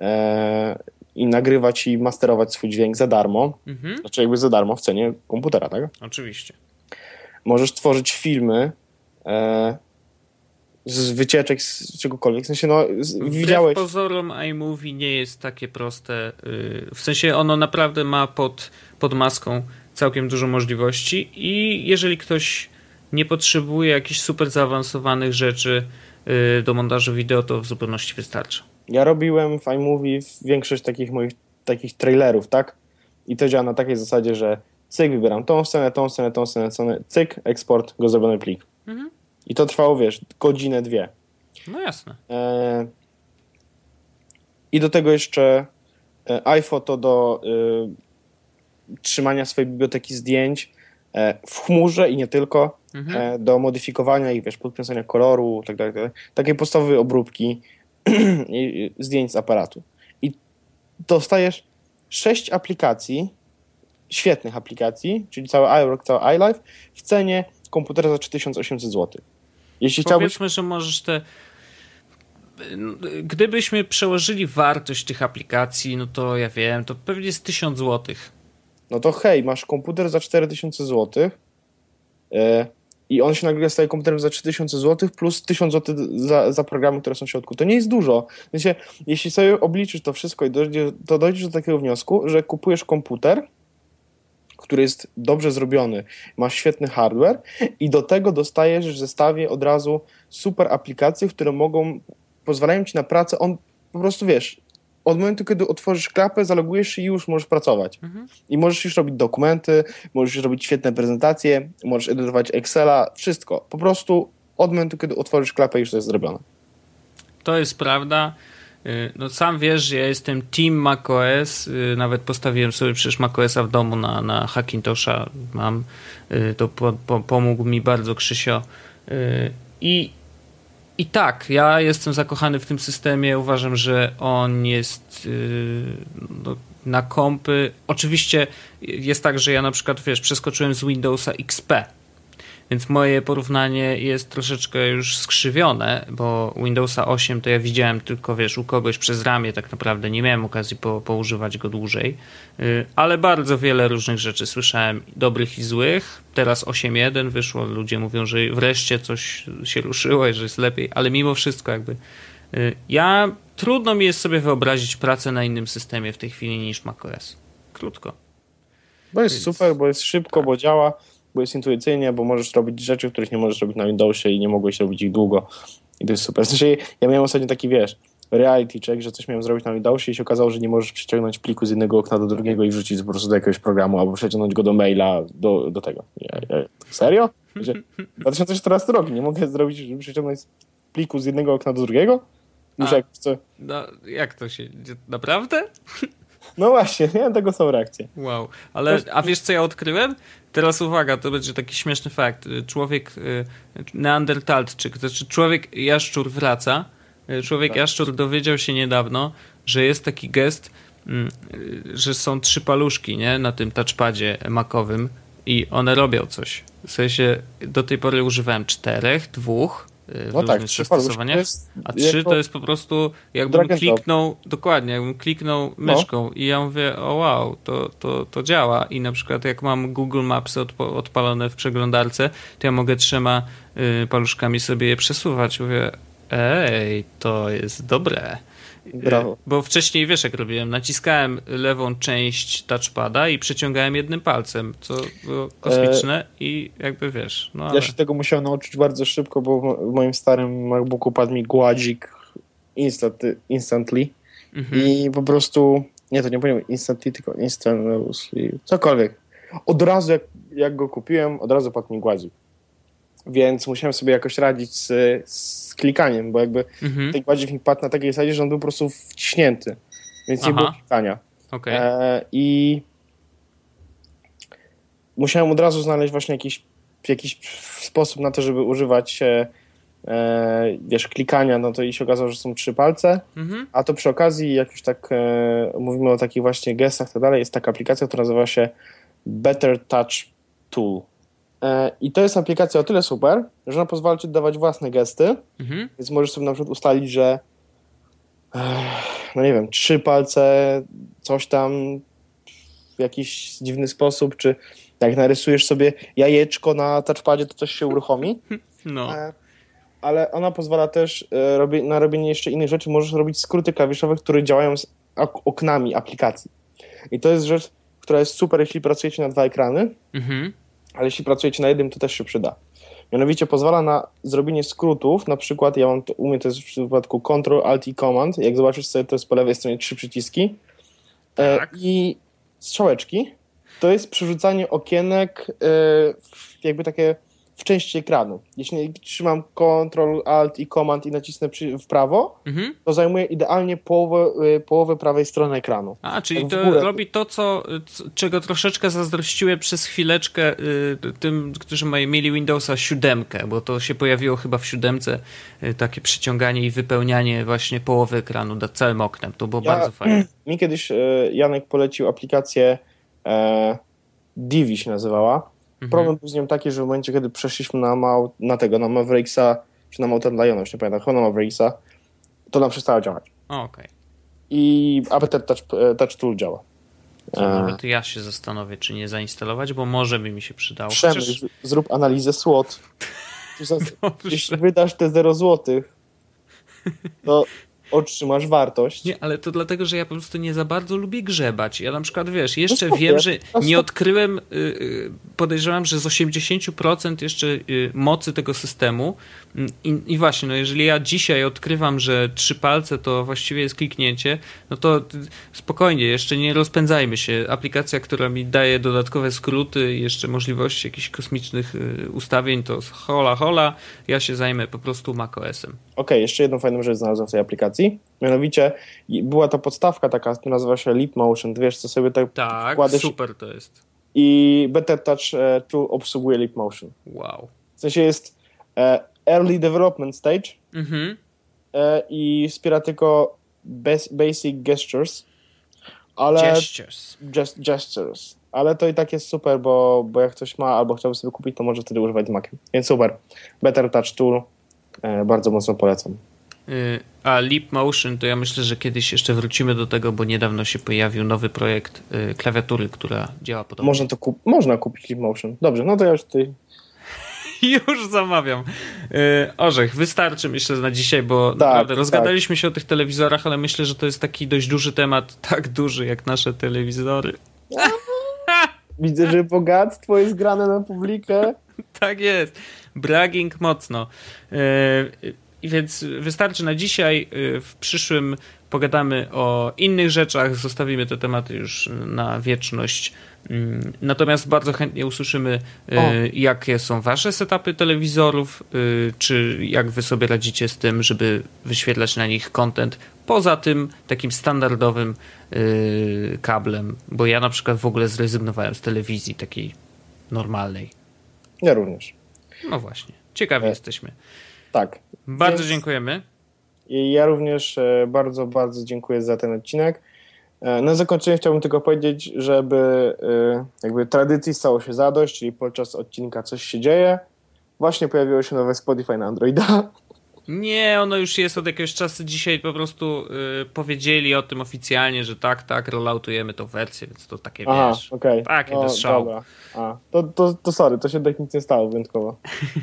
i nagrywać i masterować swój dźwięk za darmo. Znaczy jakby za darmo w cenie komputera, tak? Oczywiście. Możesz tworzyć filmy z wycieczek, z czegokolwiek. W sensie, widziałeś... pozorom iMovie nie jest takie proste. W sensie ono naprawdę ma pod maską całkiem dużo możliwości i jeżeli ktoś nie potrzebuje jakichś super zaawansowanych rzeczy do montażu wideo, to w zupełności wystarczy. Ja robiłem w iMovie większość takich trailerów, tak? I to działa na takiej zasadzie, że cyk, wybieram tą scenę, cyk, eksport, go zrobiony plik. I to trwało, wiesz, godzinę, 2. No jasne. I do tego jeszcze iPhoto do trzymania swojej biblioteki zdjęć w chmurze i nie tylko, do modyfikowania ich, wiesz, podkręcania koloru, tak dalej. Takie podstawowe obróbki zdjęć z aparatu. I dostajesz 6 aplikacji, świetnych aplikacji, czyli cały iWork, cały iLife w cenie komputera za 3800 zł. Jeśli powiedzmy, że możesz gdybyśmy przełożyli wartość tych aplikacji, no to ja wiem, to pewnie jest 1000 zł. No to hej, masz komputer za 4000 zł i on się nagle staje komputerem za 3000 zł plus 1000 zł za programy, które są w środku. To nie jest dużo. W sensie, jeśli sobie obliczysz to wszystko i dojdziesz do takiego wniosku, że kupujesz komputer, który jest dobrze zrobiony, ma świetny hardware i do tego dostajesz w zestawie od razu super aplikacje, które pozwalają ci na pracę. On po prostu, wiesz, od momentu, kiedy otworzysz klapę, zalogujesz się i już możesz pracować. I możesz już robić dokumenty, możesz już robić świetne prezentacje, możesz edytować Excela, wszystko. Po prostu od momentu, kiedy otworzysz klapę, już to jest zrobione. To jest prawda. No sam wiesz, że ja jestem team macOS, nawet postawiłem sobie przecież macOSa w domu na Hackintosha mam, to pomógł mi bardzo Krzysio i tak, ja jestem zakochany w tym systemie, uważam, że on jest na kompy, oczywiście jest tak, że ja na przykład, wiesz, przeskoczyłem z Windowsa XP, więc moje porównanie jest troszeczkę już skrzywione, bo Windowsa 8 to ja widziałem tylko, wiesz, u kogoś przez ramię tak naprawdę, nie miałem okazji poużywać go dłużej, ale bardzo wiele różnych rzeczy słyszałem, dobrych i złych. Teraz 8.1 wyszło, ludzie mówią, że wreszcie coś się ruszyło i że jest lepiej, ale mimo wszystko jakby trudno mi jest sobie wyobrazić pracę na innym systemie w tej chwili niż macOS. Krótko. Bo jest super, bo jest szybko, tak. Bo działa, bo jest intuicyjnie, bo możesz robić rzeczy, których nie możesz robić na Windowsie i nie mogłeś robić ich długo. I to jest super. W sensie, ja miałem ostatnio taki, wiesz, reality check, że coś miałem zrobić na Windowsie i się okazało, że nie możesz przeciągnąć pliku z jednego okna do drugiego i wrzucić po prostu do jakiegoś programu, albo przeciągnąć go do maila, do tego. Serio? 2014 rok, nie mogę zrobić, żeby przeciągnąć pliku z jednego okna do drugiego? No, jak to się... Naprawdę? No właśnie, nie? Tego są reakcje. Wow, a wiesz co ja odkryłem? Teraz uwaga, to będzie taki śmieszny fakt. Człowiek neandertalczyk, to znaczy człowiek jaszczur wraca. Człowiek jaszczur dowiedział się niedawno, że jest taki gest, że są 3 paluszki, nie? Na tym touchpadzie macowym i one robią coś. W sensie do tej pory używałem 4, 2 w różnych zastosowaniach, a 3 to jest po prostu jakbym kliknął, dokładnie, jakbym kliknął myszką i ja mówię, o wow, to działa i na przykład jak mam Google Maps odpalone w przeglądarce, to ja mogę 3 paluszkami sobie je przesuwać. Mówię, to jest dobre. Brawo. Bo wcześniej, wiesz jak robiłem, naciskałem lewą część touchpada i przeciągałem jednym palcem, co było kosmiczne i jakby wiesz. No ale... Ja się tego musiałem nauczyć bardzo szybko, bo w moim starym MacBooku padł mi gładzik instantly i po prostu, nie, to nie powiem instantly, tylko instantly, cokolwiek. Od razu jak go kupiłem, od razu padł mi gładzik. Więc musiałem sobie jakoś radzić z klikaniem, bo jakby ten gładzik mi padł na takiej zasadzie, że on był po prostu wciśnięty, więc nie było klikania. Okay. I musiałem od razu znaleźć właśnie jakiś sposób na to, żeby używać wiesz, klikania, no to i się okazało, że są 3 palce, a to przy okazji, jak już tak mówimy o takich właśnie gestach i tak dalej, jest taka aplikacja, która nazywa się Better Touch Tool. I to jest aplikacja o tyle super, że ona pozwala ci dawać własne gesty, więc możesz sobie na przykład ustalić, że no nie wiem, 3 palce, coś tam w jakiś dziwny sposób, czy jak narysujesz sobie jajeczko na touchpadzie, to coś się uruchomi. No. Ale ona pozwala też na robienie jeszcze innych rzeczy. Możesz robić skróty klawiszowe, które działają z oknami aplikacji. I to jest rzecz, która jest super, jeśli pracujecie na 2 ekrany, ale jeśli pracujecie na jednym, to też się przyda. Mianowicie pozwala na zrobienie skrótów, na przykład ja mam to, u mnie to jest w przypadku Ctrl, Alt i Command, jak zobaczysz sobie, to jest po lewej stronie 3 przyciski i strzałeczki, to jest przerzucanie okienek jakby takie w części ekranu. Jeśli trzymam Ctrl, Alt i Command i nacisnę w prawo, to zajmuje idealnie połowę prawej strony ekranu. A, czyli to robi to, czego troszeczkę zazdrościłem przez chwileczkę tym, którzy mieli Windowsa 7, bo to się pojawiło chyba w 7, takie przyciąganie i wypełnianie właśnie połowy ekranu nad całym oknem. To było bardzo fajne. Mi kiedyś Janek polecił aplikację Divi się nazywała. Problem był z nią taki, że w momencie, kiedy przeszliśmy na Mavericksa, czy na Mountain Liona, już nie pamiętam, chyba na Mavericksa, to nam przestało działać. Okej. I Better Touch Tool działa. Nawet ja się zastanowię, czy nie zainstalować, bo może by mi się przydało. Przemyśl, zrób analizę SWOT. Jeśli wydasz te 0 złotych, to otrzymasz wartość. Nie, ale to dlatego, że ja po prostu nie za bardzo lubię grzebać. Ja na przykład, wiesz, jeszcze wiem, że nie odkryłem, podejrzewam, że z 80% jeszcze mocy tego systemu i właśnie, no jeżeli ja dzisiaj odkrywam, że 3 palce to właściwie jest kliknięcie, no to spokojnie, jeszcze nie rozpędzajmy się. Aplikacja, która mi daje dodatkowe skróty i jeszcze możliwości jakichś kosmicznych ustawień, to hola, ja się zajmę po prostu macOS-em. Okej, jeszcze jedną fajną rzecz znalazłem w tej aplikacji. aplikacji. Mianowicie była to podstawka taka, która nazywa się Leap Motion. Ty wiesz, co sobie tak wkładasz. Super to jest. I Better Touch Tool obsługuje Leap Motion. Wow. W sensie jest early development stage i wspiera tylko basic gestures. Ale gestures. Ale to i tak jest super, bo jak ktoś ma albo chciałby sobie kupić, to może wtedy używać z Maciem. Więc super. Better Touch Tool. Bardzo mocno polecam. A Leap Motion, to ja myślę, że kiedyś jeszcze wrócimy do tego, bo niedawno się pojawił nowy projekt klawiatury, która działa podobnie. Można kupić Leap Motion. Dobrze, no to ja już tutaj... Już zamawiam. Orzech, wystarczy myślę na dzisiaj, bo naprawdę rozgadaliśmy się o tych telewizorach, ale myślę, że to jest taki dość duży temat, tak duży jak nasze telewizory. Widzę, że bogactwo jest grane na publikę. Tak jest. Bragging mocno. Więc wystarczy na dzisiaj. W przyszłym pogadamy o innych rzeczach. Zostawimy te tematy już na wieczność. Natomiast bardzo chętnie usłyszymy, jakie są wasze setupy telewizorów, czy jak wy sobie radzicie z tym, żeby wyświetlać na nich content poza tym takim standardowym kablem. Bo ja na przykład w ogóle zrezygnowałem z telewizji takiej normalnej. Ja również. No właśnie. Ciekawi jesteśmy. Tak. Bardzo dziękujemy. I ja również bardzo, bardzo dziękuję za ten odcinek. Na zakończenie chciałbym tylko powiedzieć, żeby jakby tradycji stało się zadość, czyli podczas odcinka coś się dzieje. Właśnie pojawiło się nowe Spotify na Androida. Nie, ono już jest od jakiegoś czasu. Dzisiaj po prostu powiedzieli o tym oficjalnie, że tak, rolloutujemy tą wersję, więc to takie, wiesz, okay. Takie bez szału. To sorry, to się tak nic nie stało wyjątkowo.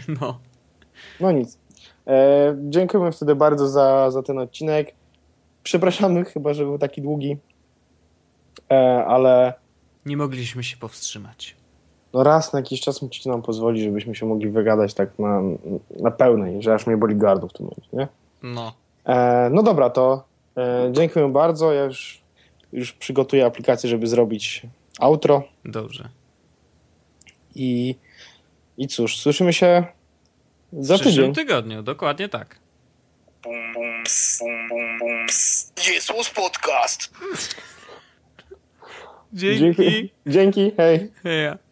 No nic. Dziękujemy wtedy bardzo za ten odcinek. Przepraszamy chyba, że był taki długi, ale... Nie mogliśmy się powstrzymać. No raz na jakiś czas musicie nam pozwolić, żebyśmy się mogli wygadać tak na pełnej, że aż mnie boli gardło w tym momencie, nie? No. No dobra, to dziękuję bardzo. Ja już przygotuję aplikację, żeby zrobić outro. Dobrze. I cóż, słyszymy się za tydzień. W przyszłym tygodniu, dokładnie tak. Jesus Podcast. Dzięki. Dzięki, hej. Heja.